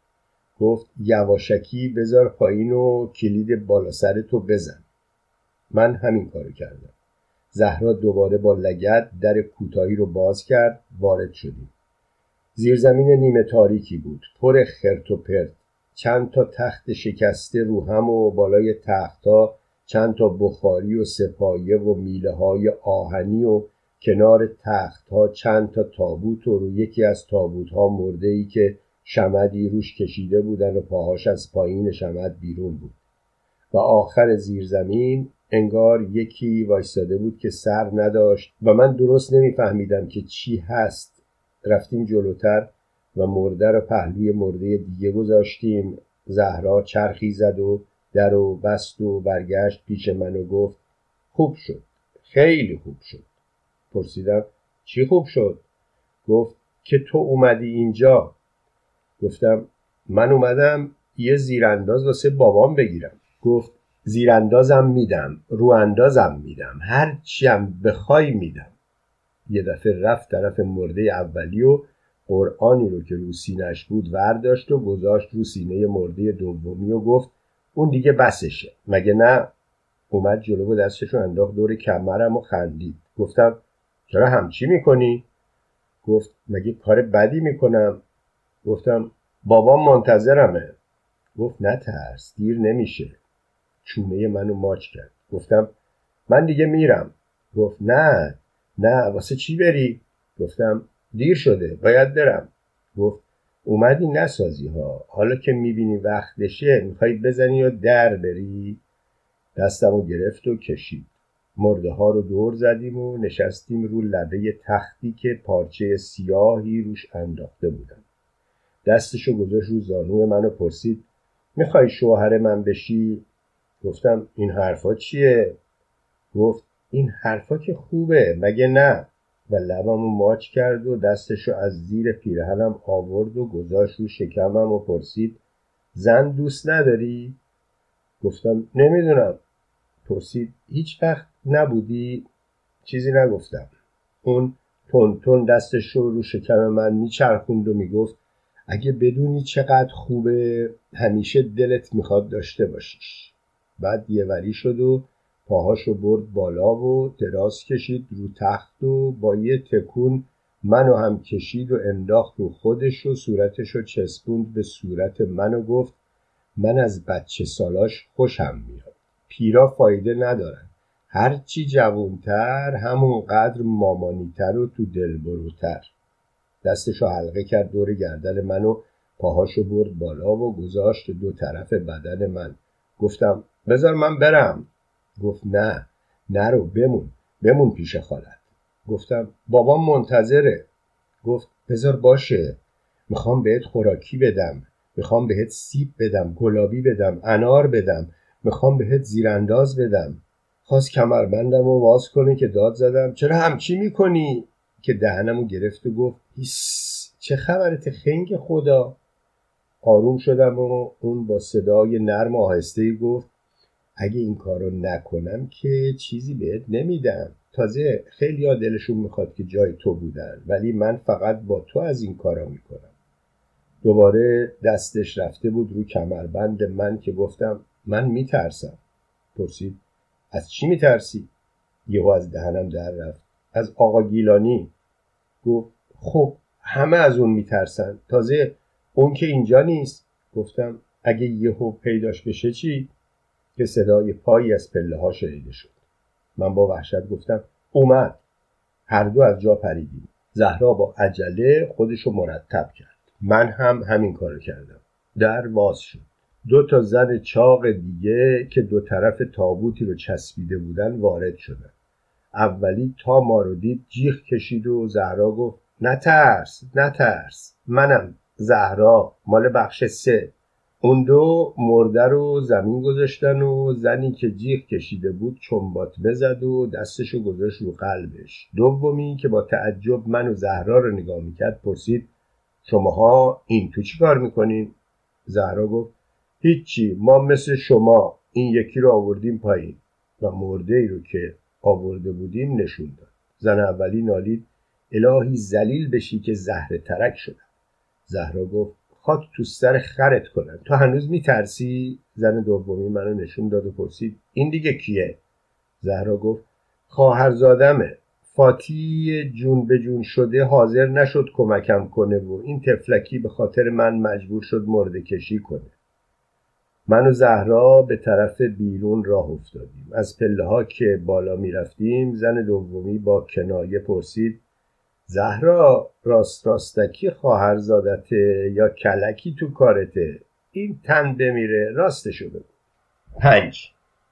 گفت یواشکی بذار پایین و کلید بالا سر تو بزن. من همین کارو کردم. زهرا دوباره با لگد در کوتاهی رو باز کرد. وارد شدیم. زیرزمین نیمه تاریکی بود، پر خرت و پرت. چند تا تخت شکسته رو هم و بالای تخت‌ها چند تا بخاری و سپایه و میله های آهنی و کنار تخت‌ها چند تا تابوت و رو یکی از تابوت‌ها مرده‌ای که شمدی روش کشیده بودن و پاهاش از پایین شمد بیرون بود. و آخر زیرزمین انگار یکی وایساده بود که سر نداشت و من درست نمیفهمیدم که چی هست. رفتیم جلوتر و مرده رو پهلوی مرده دیگه گذاشتیم. زهرا چرخی زد و در و بست و برگشت پیش من و گفت خوب شد، خیلی خوب شد. پرسیدم چی خوب شد؟ گفت که تو اومدی اینجا. گفتم من اومدم یه زیرانداز واسه بابام بگیرم. گفت زیراندازم میدم، رو اندازم میدم، هر چیم بخوای میدم. یه دفعه رفت طرف مرده اولی و قرآنی رو که رو سینه‌اش بود ورداشت و گذاشت رو سینه مرده دومی و گفت اون دیگه بسشه مگه نه؟ اومد جلو و دستشو انداخت دور کمرم و خندید. گفتم چرا همچی میکنی؟ گفت مگه کار بدی میکنم؟ گفتم بابام منتظرمه. گفت نترس، دیر نمیشه. چونه منو ماچ کرد. گفتم من دیگه میرم. گفت نه نه واسه چی بری؟ گفتم دیر شده باید برم. گفت اومدی نسازی ها، حالا که میبینی وقتشه میخوای بزنی و در بری؟ دستمو گرفت و کشید. مرده ها رو دور زدیم و نشستیم رو لبه تختی که پارچه سیاهی روش انداخته بودم. دستشو گذاشت رو زانوی من و پرسید میخوای شوهر من بشی؟ گفتم این حرفا چیه؟ گفت این حرفا که خوبه مگه نه؟ و لبمو ماچ کرد و دستشو از زیر پیرهنم آورد و گذاشت رو شکمم و پرسید زن دوست نداری؟ گفتم نمیدونم. پرسید هیچ وقت نبودی؟ چیزی نگفتم. اون تون تون دستشو رو شکم من میچرخوند و میگفت اگه بدونی چقدر خوبه همیشه دلت میخواد داشته باشیش. بعد یه وری شد و پاهاشو برد بالا و دراز کشید رو تخت و با یه تکون منو هم کشید و انداخت رو خودش و صورتشو چسبوند به صورت من و گفت من از بچه سالاش خوشم میاد. پیرا فایده ندارن، هرچی جوانتر همون قدر مامانیتر و تو دل بروتر. دستشو حلقه کرد دور گردن منو پاهاشو برد بالا و گذاشت دو طرف بدن من. گفتم بذار من برم. گفت نه نرو، بمون بمون پیش خالت. گفتم بابام منتظره. گفت بذار باشه، میخوام بهت خوراکی بدم، میخوام بهت سیب بدم، گلابی بدم، انار بدم، میخوام بهت زیرانداز بدم. خواست کمربندم و باز کنه که داد زدم چرا همچی میکنی؟ که دهنمو گرفت و گفت هیس، چه خبرت خنگ خدا؟ آروم شدم و اون با صدای نرم و آهسته‌ای گفت اگه این کارو نکنم که چیزی بهت نمیدم. تازه خیلی ها دلشون میخواد که جای تو بودن، ولی من فقط با تو از این کارا میکنم. دوباره دستش رفته بود رو کمربند من که گفتم من میترسم. پرسید از چی میترسی؟ یهو از دهنم در رفت از آقا گیلانی. گفت خب همه از اون میترسن، تازه اون که اینجا نیست. گفتم اگه یهو پیداش بشه چی؟ که صدای پایی از پله ها شنیده شد. من با وحشت گفتم اومد. هر دو از جا پریدیم. زهرا با عجله خودشو مرتب کرد. من هم همین کارو کردم. در باز شد. دو تا زن چاق دیگه که دو طرف تابوتی رو چسبیده بودن وارد شدن. اولی تا ما رو دید جیغ کشید و زهرا گفت نترس نترس، منم زهرا، مال بخش سه. اون دو مرده رو زمین گذاشتن و زنی که جیغ کشیده بود چنباتمه زد و دستشو گذاشت رو قلبش. دومی که با تعجب من و زهرا رو نگاه میکرد پرسید شماها این تو چی کار میکنین؟ زهرا گفت هیچی، ما مثل شما این یکی رو آوردیم پایین. و مرده ای رو که آورده بودیم نشون داد. زن اولی نالید الهی ذلیل بشی که زهر ترک شدم. زهرا گفت خاک تو سر خرت کنن، تو هنوز میترسی؟ زن دومی منو نشون داد و پرسید این دیگه کیه؟ زهرا گفت خواهرزادمه، فاتی جون به جون شده حاضر نشد کمکم کنه و این تفلکی به خاطر من مجبور شد مرده کشی کنه. من و زهرا به طرف بیرون راه افتادیم. از پله ها که بالا می رفتیم زن دومی با کنایه پرسید زهرا راست راستکی خواهرزادته یا کلکی تو کارته؟ این تن بمیره راستشو بگو. پنج.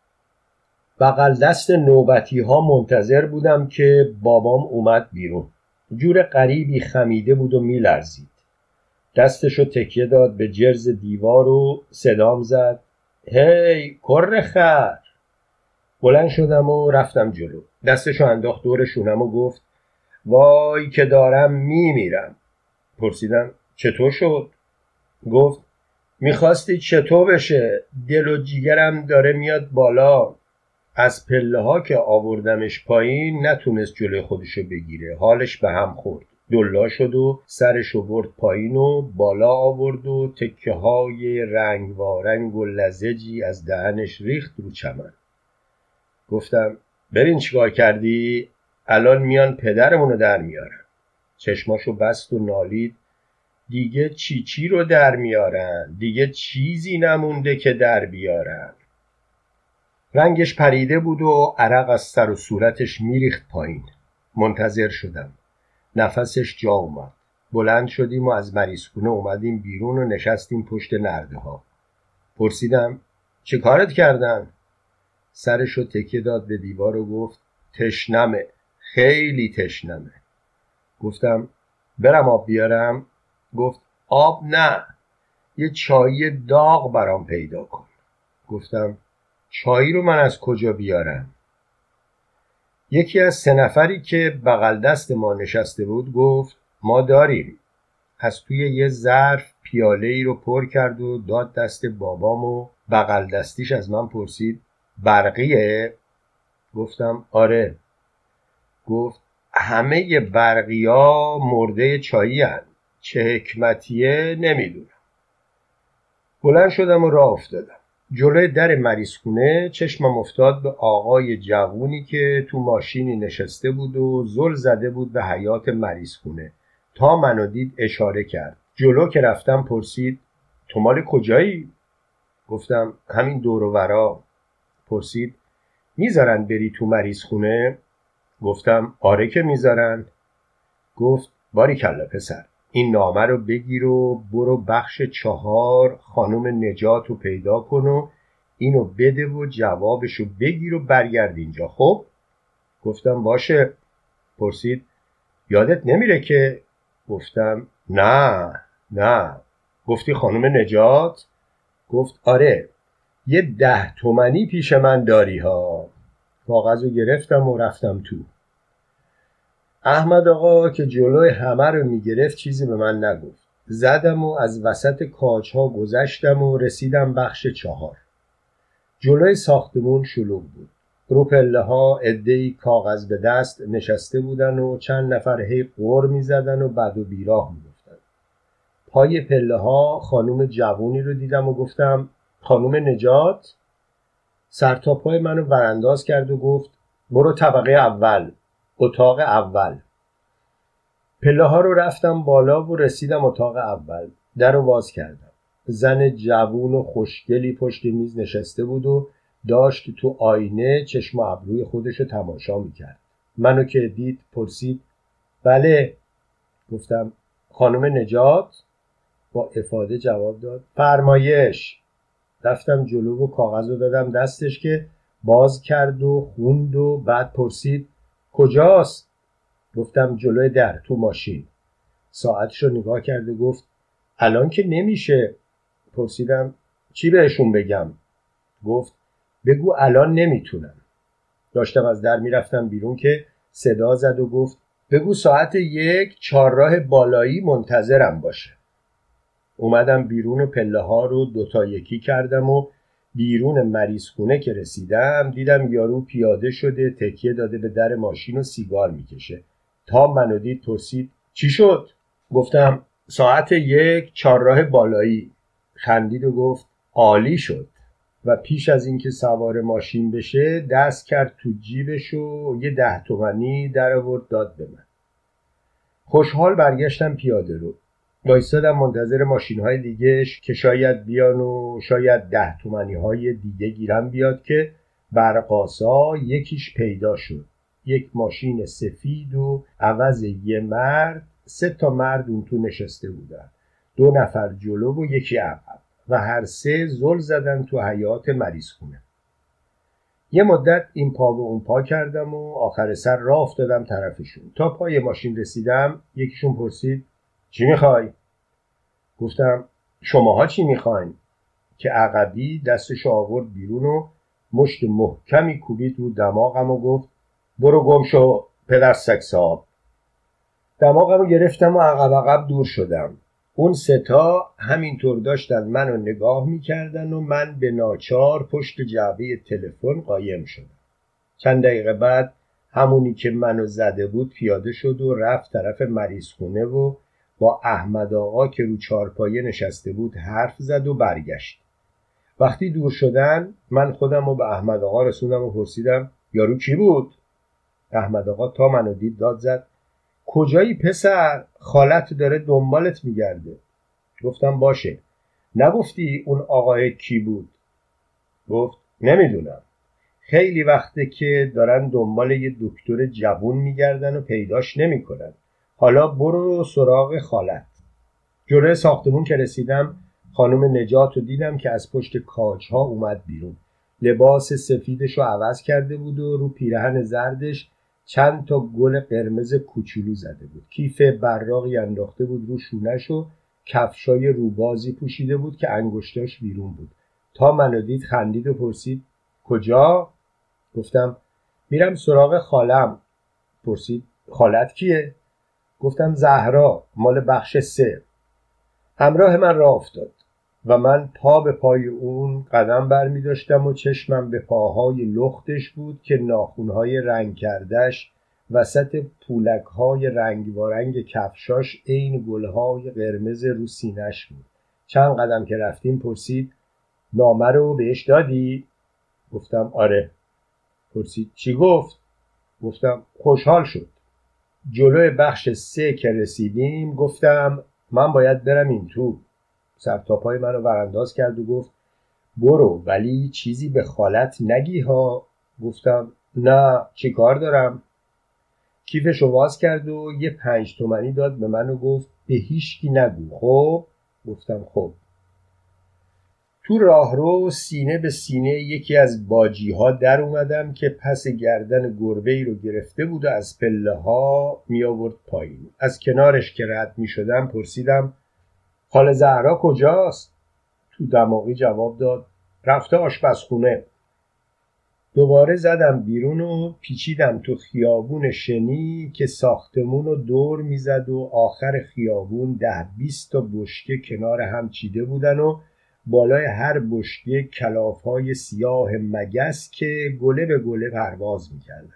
بغل دست نوبتی ها منتظر بودم که بابام اومد بیرون. جور غریبی خمیده بود و می لرزید. دستشو تکیه داد به جرز دیوار و صدام زد هی کر خر. بلند شدم و رفتم جلو. دستشو انداخت دور شونم و گفت وای که دارم میمیرم. پرسیدم چطور شد؟ گفت میخواستی چطور بشه؟ دل و جیگرم داره میاد بالا. از پله ها که آوردمش پایین نتونست جلوی خودشو بگیره، حالش به هم خورد. دلا شد و سرشو برد پایین و بالا آورد و تکه های رنگ وارنگ و لزجی از دهنش ریخت رو چمن. گفتم برین چیکار کردی؟ الان میان پدرمونو در میارن. چشماشو بست و نالید دیگه چی چی رو در میارن؟ دیگه چیزی نمونده که در بیارن. رنگش پریده بود و عرق از سر و صورتش میریخت پایین. منتظر شدم. نفسش جا اومد. بلند شدیم و از مریضخونه اومدیم بیرون و نشستیم پشت نرده ها. پرسیدم چه کارت کردن؟ سرشو تکیه داد به دیوار و گفت تشنمه، خیلی تشنمه. گفتم برم آب بیارم؟ گفت آب نه، یه چای داغ برام پیدا کن. گفتم چایی رو من از کجا بیارم؟ یکی از سه نفری که بغل دست ما نشسته بود گفت ما داریم. از توی یه ظرف پیاله ای رو پر کرد و داد دست بابام و بغل دستیش از من پرسید برقیه؟ گفتم آره. گفت همه برقیا مرده چایی هن. چه حکمتیه نمیدونم. بلند شدم و راه افتادم. جلوی در مریضخونه چشمم افتاد به آقای جوونی که تو ماشینی نشسته بود و زل زده بود به حیاط مریضخونه. تا منو دید اشاره کرد. جلو که رفتم پرسید تو مال کجایی؟ گفتم همین دور و ورا. پرسید میذارن بری تو مریضخونه؟ گفتم آره که میذارن. گفت باریکلا پسر، این نامه رو بگیر و برو بخش چهار خانم نجات رو پیدا کن و اینو بده و جوابشو بگیر و برگرد اینجا. خب گفتم باشه. پرسید یادت نمیره که؟ گفتم نه نه. گفتی خانم نجات؟ گفت آره، یه ده تومنی پیش من داری ها. کاغذ رو گرفتم و رفتم تو. احمد آقا که جلوی همه رو میگرفت چیزی به من نگفت. زدم و از وسط کاج ها گذشتم و رسیدم بخش چهار. جلوی ساختمون شلوغ بود. رو پله ها عده‌ای کاغذ به دست نشسته بودن و چند نفر هی غر میزدن و بد و بیراه میگفتن. پای پله ها خانوم جوونی رو دیدم و گفتم خانوم نجات؟ سر تا پای منو ورانداز کرد و گفت برو طبقه اول، اتاق اول. پله ها رو رفتم بالا و رسیدم اتاق اول. در رو باز کردم. زن جوون و خوشگلی پشت میز نشسته بود و داشت تو آینه چشم و ابروی خودش رو تماشا میکرد. منو که دید پرسید بله. گفتم خانم نجات؟ با افاده جواب داد فرمایش. رفتم جلو و کاغذ رو دادم دستش که باز کرد و خوند و بعد پرسید کجاست؟ گفتم جلوی در تو ماشین. ساعتش رو نگاه کرد و گفت الان که نمیشه. پرسیدم چی بهشون بگم؟ گفت بگو الان نمیتونم. داشتم از در میرفتم بیرون که صدا زد و گفت بگو ساعت یک چهارراه بالایی منتظرم باشه. اومدم بیرون و پله ها رو دوتا یکی کردم و بیرون مریض خونه که رسیدم دیدم یارو پیاده شده تکیه داده به در ماشین و سیگار میکشه. تا منو دید پرسید چی شد؟ گفتم ساعت یک چهارراه بالایی. خندید و گفت عالی شد و پیش از اینکه سوار ماشین بشه دست کرد تو جیبش و یه ده تومنی در آورد داد به من. خوشحال برگشتم پیاده رو. وایسادم منتظر ماشین های دیگه که شاید بیان و شاید ده تومنی های دیگه گیرم بیاد که برقاسا یکیش پیدا شد. یک ماشین سفید و عوض یه مرد سه تا مرد اون تو نشسته بودن. دو نفر جلو و یکی عقب و هر سه زل زدن تو حیاط مریض خونه. یه مدت این پا و اون پا کردم و آخر سر راه افتادم طرفشون. تا پای ماشین رسیدم یکیشون پرسید چی میخوای؟ گفتم شماها چی میخواین؟ که عقبی دستش آورد بیرون و مشت محکمی کوبید رو دماغم و گفت برو گم شو پدر سگ صاحب. دماغمو گرفتم و عقب عقب دور شدم. اون ستا همینطور داشتن منو نگاه میکردن و من به ناچار پشت جعبه تلفن قایم شدم. چند دقیقه بعد همونی که منو زده بود پیاده شد و رفت طرف مریض خونه و با احمد آقا که رو چارپایه نشسته بود حرف زد و برگشت. وقتی دور شدن من خودم رو به احمد آقا رسوندم و پرسیدم یارو کی بود؟ احمد آقا تا منو دید داد زد کجایی پسر؟ خالت داره دنبالت میگرده. گفتم باشه. نگفتی اون آقای کی بود؟ گفت نمیدونم. خیلی وقته که دارن دنبال یه دکتر جوون میگردن و پیداش نمیکنن. حالا برو سراغ خالت. جلوی ساختمون که رسیدم خانم نجات رو دیدم که از پشت کاجها اومد بیرون. لباس سفیدش رو عوض کرده بود و رو پیرهن زردش چند تا گل قرمز کوچولو زده بود. کیف براقی انداخته بود رو شونش و کفشای روبازی پوشیده بود که انگشتاش بیرون بود. تا منو دید خندید و پرسید کجا؟ گفتم میرم سراغ خالم. پرسید خالت کیه؟ گفتم زهرا، مال بخش سه. همراه من راه افتاد و من پا به پای اون قدم بر می داشتم و چشمم به پاهای لختش بود که ناخونهای رنگ کردش وسط پولکهای رنگ و رنگ کفشاش عین گلهای قرمز رو سینش بود. چند قدم که رفتیم پرسید نامه رو بهش دادی؟ گفتم آره. پرسید چی گفت؟ گفتم خوشحال شد. جلوی بخش سه که رسیدیم گفتم من باید برم این تو. سر تا پای منو ورانداز کرد و گفت برو ولی چیزی به خالت نگی ها. گفتم نه چی کار دارم. کیفشو باز کرد و یه پنج تومنی داد به من و گفت به هیچکی نگو خب؟ گفتم خب. تو راهرو سینه به سینه یکی از باجی ها در اومدم که پس گردن گربه ای رو گرفته بود و از پله ها می آورد پایین. از کنارش که رد می شدم پرسیدم خاله زهرا کجاست؟ تو دماغی جواب داد رفته آشپزخونه. دوباره زدم بیرون و پیچیدم تو خیابون شنی که ساختمون رو دور میزد و آخر خیابون ده بیست تا بشکه کنار هم چیده بودن و بالای هر بشکه کلافهای سیاه مگس که گله به گله پرواز میکردن.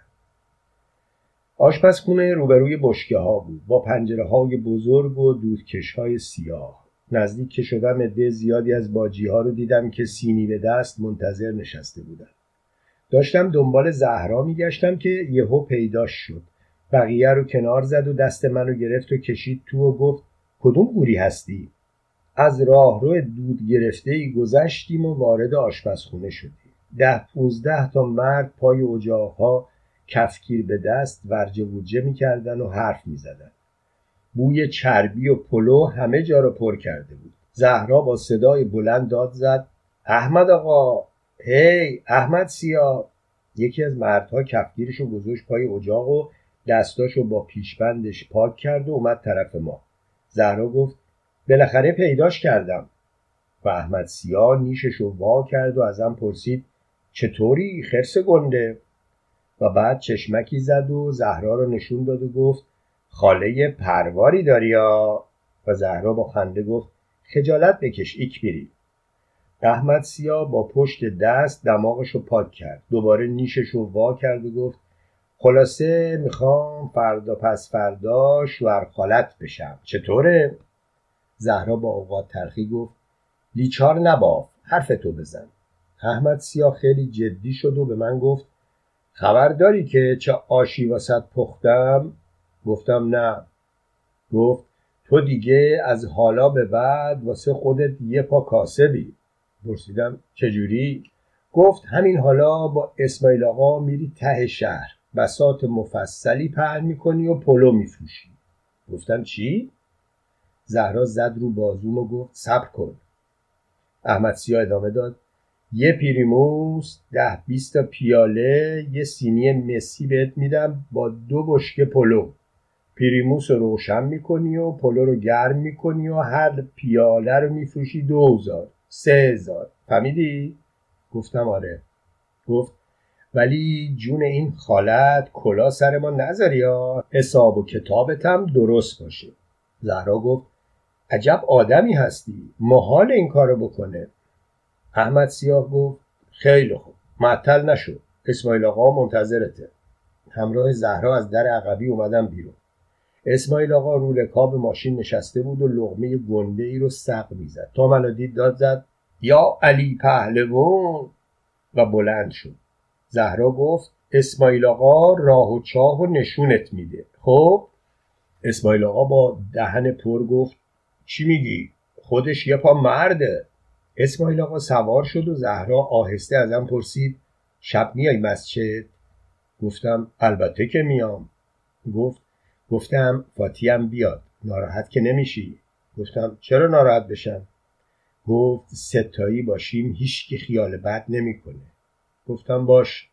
آشپزخونه روبروی بشکه ها بود با پنجره های بزرگ و دودکش های سیاه. نزدیک که شدم عده زیادی از باجی ها رو دیدم که سینی به دست منتظر نشسته بودن. داشتم دنبال زهرا میگشتم که یهو پیداش شد. بقیه رو کنار زد و دست منو گرفت و کشید تو و گفت کدوم گوری هستی؟ از راهرو دود گرفته ای گذشتیم و وارد آشپزخونه شدیم. ده پونزده تا مرد پای اجاقها کفگیر به دست ورجه بوجه میکردن و حرف میزدن. بوی چربی و پلو همه جا رو پر کرده بود. زهرا با صدای بلند داد زد احمد آقا، هی احمد سیا. یکی از مردها کفگیرشو گذاشت پای اجاق و دستاشو با پیشبندش پاک کرد و اومد طرف ما. زهرا گفت بالاخره پیداش کردم. و احمد سیا نیششو وا کرد و ازم پرسید چطوری خرس گنده؟ و بعد چشمکی زد و زهرا رو نشون داد و گفت خاله پرواری داری یا؟ و زهرا با خنده گفت خجالت بکش ایکبری. احمد سیا با پشت دست دماغشو پاک کرد. دوباره نیششو وا کرد و گفت خلاصه میخوام فردا پس فردا شوهر خالت بشم. چطوره؟ زهرا با اوقات تلخی گفت لیچار نباف، حرف تو بزن. احمد سیا خیلی جدی شد و به من گفت خبر داری که چه آشی واسط پختم؟ گفتم نه. گفت تو دیگه از حالا به بعد واسه خودت یه پا کاسبی. پرسیدم چجوری؟ گفت همین حالا با اسماعیل آقا میری ته شهر، بساط مفصلی پهن میکنی و پلو میفروشی. گفتم چی؟ زهرا زد رو بازوم و گفت صبر کن. احمد سیا ادامه داد یه پریموس، ده بیست تا پیاله، یه سینی مسی بهت میدم با دو بشکه پلو. پریموس رو روشن میکنی و پلو رو گرم میکنی و هر پیاله رو میفروشی دو هزار سه هزار. فهمیدی؟ گفتم آره. گفت ولی جون این خالت کلا سر ما نذاری یا حساب و کتابت هم درست باشه. زهرا گفت عجب آدمی هستی، محال این کارو بکنه. احمد سیاه گفت خیلی خوب، معطل نشو، اسماعیل آقا منتظرته. همراه زهرا از در عقبی اومدم بیرون. اسماعیل آقا رو رکاب ماشین نشسته بود و لقمه گنده ای رو سق میزد. تا منو دید داد زد یا علی پهلوان و بلند شد. زهرا گفت اسماعیل آقا راه و چاه و نشونت میده. خب؟ اسماعیل آقا با دهن پر گفت چی میگی؟ خودش یه پا مرده. اسماعیل آقا سوار شد و زهرا آهسته ازم پرسید شب میای مسجد؟ گفتم البته که میام. گفت گفتم فاتیم بیاد، ناراحت که نمیشی؟ گفتم چرا ناراحت بشم؟ گفت ستایی باشیم هیچ کی خیال بد نمیکنه. گفتم باش.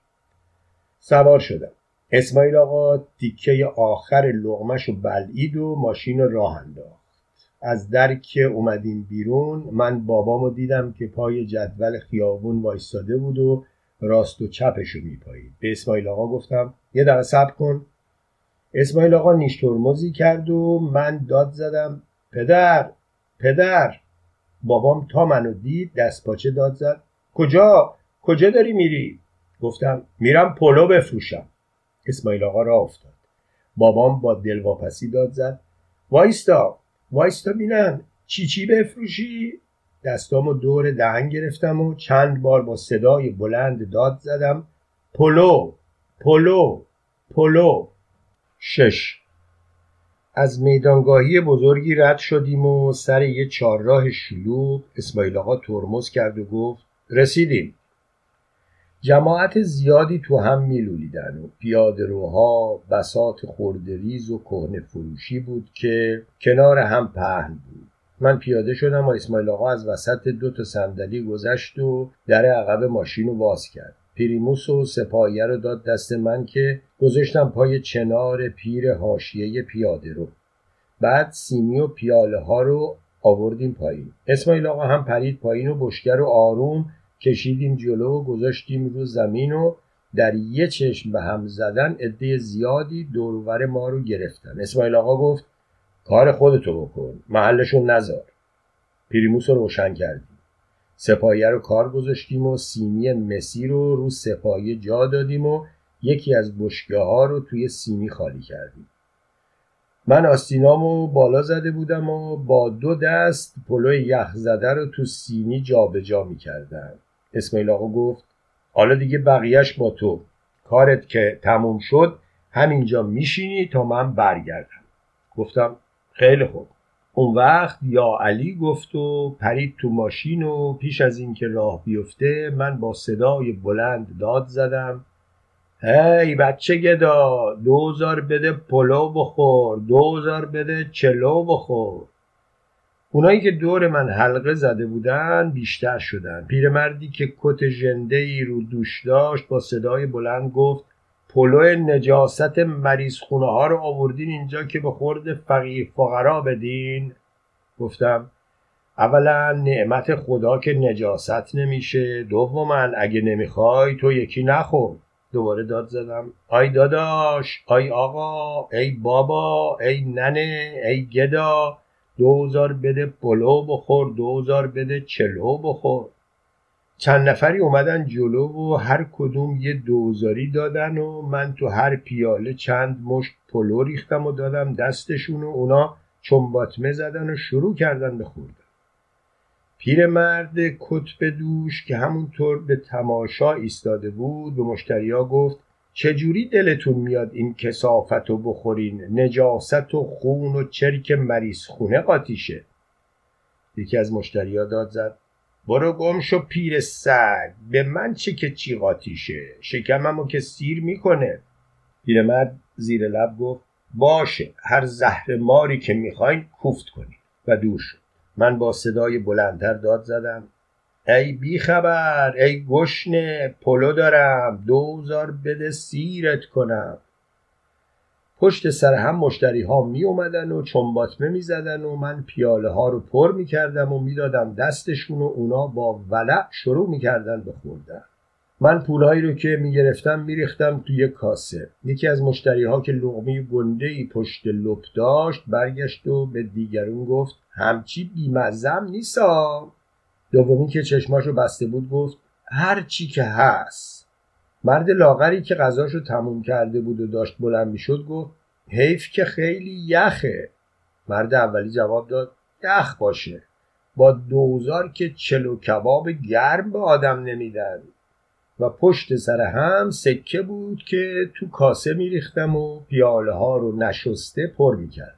سوار شدم. اسماعیل آقا تیکه آخر لقمه‌شو بلعید و ماشین رو راه انداخت. از در که اومدیم بیرون من بابامو دیدم که پای جدول خیابون وایستاده بود و راست و چپشو میپایید. به اسماعیل آقا گفتم یه دقیقه صبر کن. اسماعیل آقا نیش ترمزی کرد و من داد زدم پدر پدر. بابام تا منو دید دست پاچه داد زد کجا؟ کجا داری میری؟ گفتم میرم پلو بفروشم. اسماعیل آقا راه افتاد. بابام با دلواپسی داد زد وایستا وایستا بینم چی چی بفروشی؟ دستامو دور دهن گرفتم و چند بار با صدای بلند داد زدم پلو پلو پلو. شش. از میدانگاهی بزرگی رد شدیم و سر یه چهارراه شلوغ اسماعیل آقا ترمز کرد و گفت رسیدیم. جماعت زیادی تو هم میلولیدن و پیاده روها بساط خردریز و کهنه فروشی بود که کنار هم پهن بود. من پیاده شدم و اسماعیل آقا از وسط دو تا صندلی گذشت و در عقب ماشین رو باز کرد. پریموس و سپاهیه رو داد دست من که گذاشتم پای چنار پیر حاشیه پیاده رو. بعد سینی و پیاله ها رو آوردیم پایین. اسماعیل آقا هم پرید پایین و بشکه رو آروم کشیدیم جلو و گذاشتیم رو زمین و در یه چشم به هم زدن عده زیادی دور و بر ما رو گرفتن. اسماعیل آقا گفت کار خودتو بکن، محلشون نذار. پریموس رو روشن کردیم. سپاهیه رو کار گذاشتیم و سینی مسی رو رو سپاهیه جا دادیم و یکی از بشکه ها رو توی سینی خالی کردیم. من آستینامو بالا زده بودم و با دو دست پلو یخ زده رو تو سینی جا به جا می کردم. اسماعیل آقا گفت حالا دیگه بقیهش با تو، کارت که تموم شد همینجا میشینی تا من برگردم. گفتم خیلی خوب. اون وقت یا علی گفت و پرید تو ماشین و پیش از این که راه بیفته من با صدای بلند داد زدم هی بچه گدا، دوزار بده پلو بخور، دوزار بده چلو بخور. اونایی که دور من حلقه زده بودن بیشتر شدن. پیرمردی که کت ژنده‌ای رو دوش داشت با صدای بلند گفت پلو نجاست مریض خونه ها رو آوردین اینجا که به خورد فقیر فقرا بدین؟ گفتم اولا نعمت خدا که نجاست نمیشه، دوما اگه نمیخوای تو یکی نخور. دوباره داد زدم آی داداش، آی آقا، ای بابا، ای ننه، ای گدا، دوزار بده پلو بخور، دوزار بده چلو بخور. چند نفری اومدن جلو و هر کدوم یه دوزاری دادن و من تو هر پیاله چند مشت پلو ریختم و دادم دستشون و اونا چنباتمه زدن و شروع کردن به خوردن. پیرمرد کت به دوش که همونطور به تماشا ایستاده بود به مشتریا گفت چجوری دلتون میاد این کثافت رو بخورین؟ نجاست و خون و چرک مریض خونه قاطیشه. یکی از مشتریا داد زد برو گم شو پیر سگ، به من چه که چی قاطیشه، شکممو که سیر میکنه. پیرمرد زیر لب گفت باشه، هر زهر ماری که میخواین کوفت کنین و دور شد. من با صدای بلندتر داد زدم ای بی خبر، ای گشنه، پلو دارم، دوزار بده سیرت کنم. پشت سر هم مشتری ها می اومدن و چنباتمه می زدن و من پیاله ها رو پر می کردم و می دادم دستشون و اونا با ولع شروع می کردن به خوردن. من پولایی رو که می گرفتم می ریختم توی کاسه. یکی از مشتری ها که لقمه گنده‌ای پشت لپ داشت برگشت و به دیگرون گفت همچی بیمزم نیستا. دومی که چشماشو بسته بود گفت هر چی که هست. مرد لاغری که غذاشو تموم کرده بود و داشت بلند میشد گفت حیف که خیلی یخه. مرد اولی جواب داد یخ باشه، با دوزار که چلو کباب گرم به آدم نمیدن. و پشت سر هم سکه بود که تو کاسه میریختم و پیاله ها رو نشسته پر میکردم.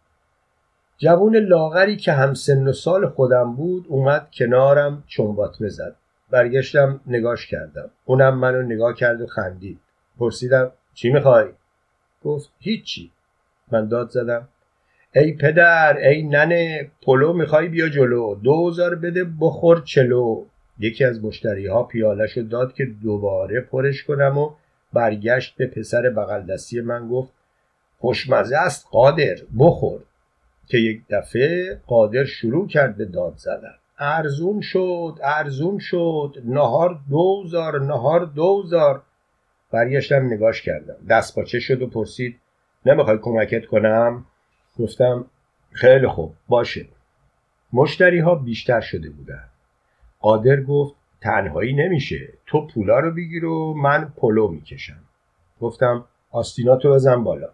جوون لاغری که هم سن و سال خودم بود اومد کنارم چنباتمه زد. برگشتم نگاش کردم. اونم منو نگاه کرد و خندید. پرسیدم چی میخوای؟ گفت هیچی. من داد زدم ای پدر، ای ننه، پلو میخوای بیا جلو، دوزار بده بخور چلو. یکی از مشتری ها پیاله‌شو داد که دوباره پرش کنم و برگشت به پسر بغل دستی من گفت خوشمزه است قادر، بخور. که یک دفعه قادر شروع کرد به داد زدن ارزون شد، ارزون شد، نهار دوزار، نهار دوزار. برگشتم نگاش کردم. دست پاچه شد و پرسید نمیخوای کمکت کنم؟ گفتم خیلی خوب باشه. مشتری ها بیشتر شده بودن. قادر گفت تنهایی نمیشه، تو پولا رو بگیر و من پلو میکشم. گفتم آستیناتو بزن بالا.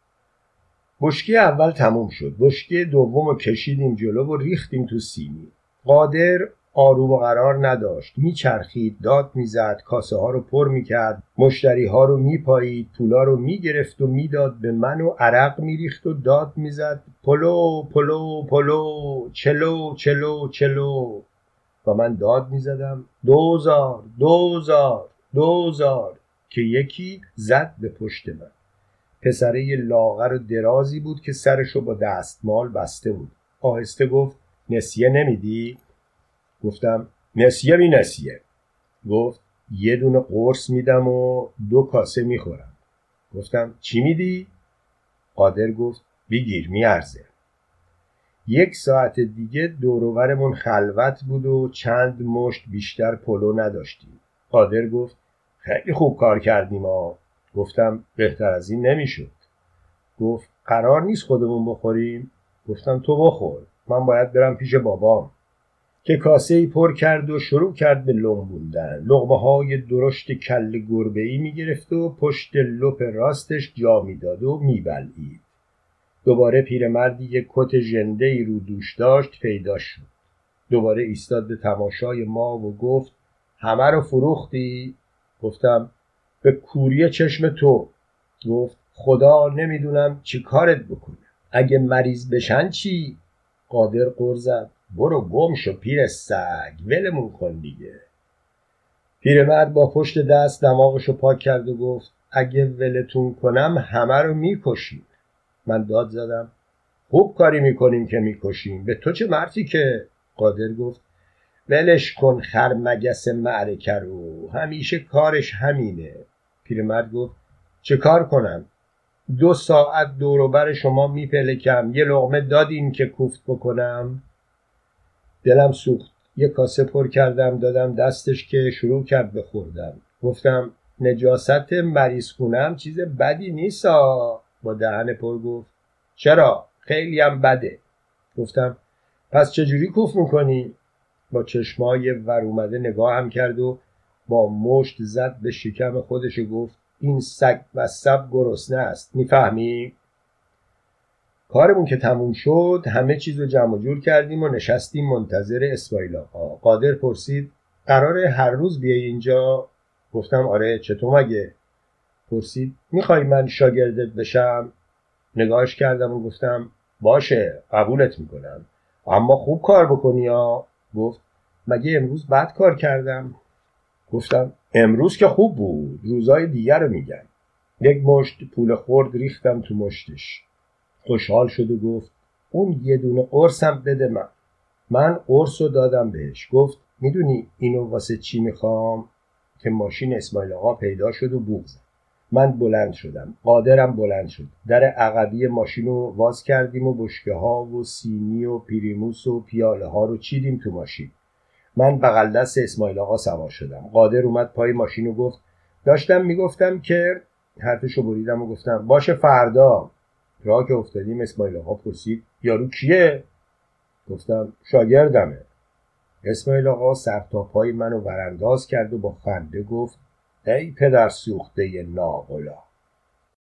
بشکه اول تموم شد. بشکه دوم رو کشیدیم جلو و ریختیم تو سینی. قادر آروم و قرار نداشت، میچرخید، داد میزد، کاسه ها رو پر میکرد، مشتری ها رو میپایید، پولا رو میگرفت و میداد به من و عرق میریخت و داد میزد پلو پلو پلو، چلو چلو چلو. و من داد میزدم دوزار دوزار دوزار که یکی زد به پشت من. پسره لاغر و درازی بود که سرشو با دستمال بسته بود. آهسته گفت نسیه نمیدی؟ گفتم نسیه بی نسیه. گفت یه دونه قرص میدم و دو کاسه میخورم. گفتم چی میدی؟ قادر گفت بگیر میارزه. یک ساعت دیگه دوروبرمون خلوت بود و چند مشت بیشتر پلو نداشتیم. قادر گفت خیلی خوب کار کردیم ها. گفتم بهتر از این نمیشد. گفت قرار نیست خودمون بخوریم؟ گفتم تو بخور، من باید برم پیش بابام. که کاسه ای پر کرد و شروع کرد به لنبوندن. لقمه های درشت کله گربه ای می گرفت و پشت لپ راستش جا می داد و می بلعید. دوباره پیرمردی یک کت ژنده ای رو دوش داشت پیدا شد. دوباره ایستاد به تماشای ما و گفت همه رو فروختی؟ گفتم به کوری چشم تو. گفت خدا نمیدونم چی کارت بکنه. اگه مریض بشن چی؟ قادر غر زد برو گم شو پیر سگ، ولمون کن دیگه. پیرمرد با پشت دست دماغشو پاک کرد و گفت اگه ولتون کنم همه رو میکشیم. من داد زدم خوب کاری میکنیم که میکشیم، به تو چه مرتی که؟ قادر گفت ولش کن خرمگس معرکه رو، همیشه کارش همینه. پیرمرد گفت چه کار کنم؟ دو ساعت دوروبر شما میپلکم، یه لقمه دادین که کوفت بکنم؟ دلم سوخت. یه کاسه پر کردم دادم دستش که شروع کرد به خوردن. گفتم نجاست مریض خونم چیز بدی نیستا. با دهن پر گفت چرا؟ خیلی هم بده. گفتم پس چجوری کوف میکنی؟ با چشمای ور اومده نگاه هم کرد و با مشت زد به شکم خودش و گفت این سگ مصب گرسنه است، میفهمی؟ کارمون که تموم شد همه چیز رو جمع جور کردیم و نشستیم منتظر اسماعیل آقا. قادر پرسید قراره هر روز بیای اینجا؟ گفتم آره، چطور مگه؟ پرسید میخوای من شاگردت بشم؟ نگاهش کردم و گفتم باشه قبولت میکنم، اما خوب کار بکنی ها. گفت مگه امروز بد کار کردم؟ گفتم امروز که خوب بود، روزای دیگر رو میگم. یک مشت پول خورد ریختم تو مشتش. خوشحال شد و گفت اون یه دونه قرصم بده من. من قرص رو دادم بهش. گفت میدونی اینو واسه چی میخوام؟ که ماشین اسماعیل آقا پیدا شد و بوق زد. من بلند شدم، قادرم بلند شد. در عقبی ماشین رو واز کردیم و بشکه ها و سینی و پریموس و پیاله ها رو چیدیم تو ماشین. من بغل دست اسماعیل آقا سوار شدم. قادر اومد پای ماشین و گفت داشتم میگفتم که حرفشو بریدم و گفتم باشه فردا. راه که افتادیم اسماعیل آقا پرسید یارو کیه؟ گفتم شاگردمه. اسماعیل آقا سر تا پای منو ورانداز کرد و با خنده گفت ای پدر سوخته ناقلا.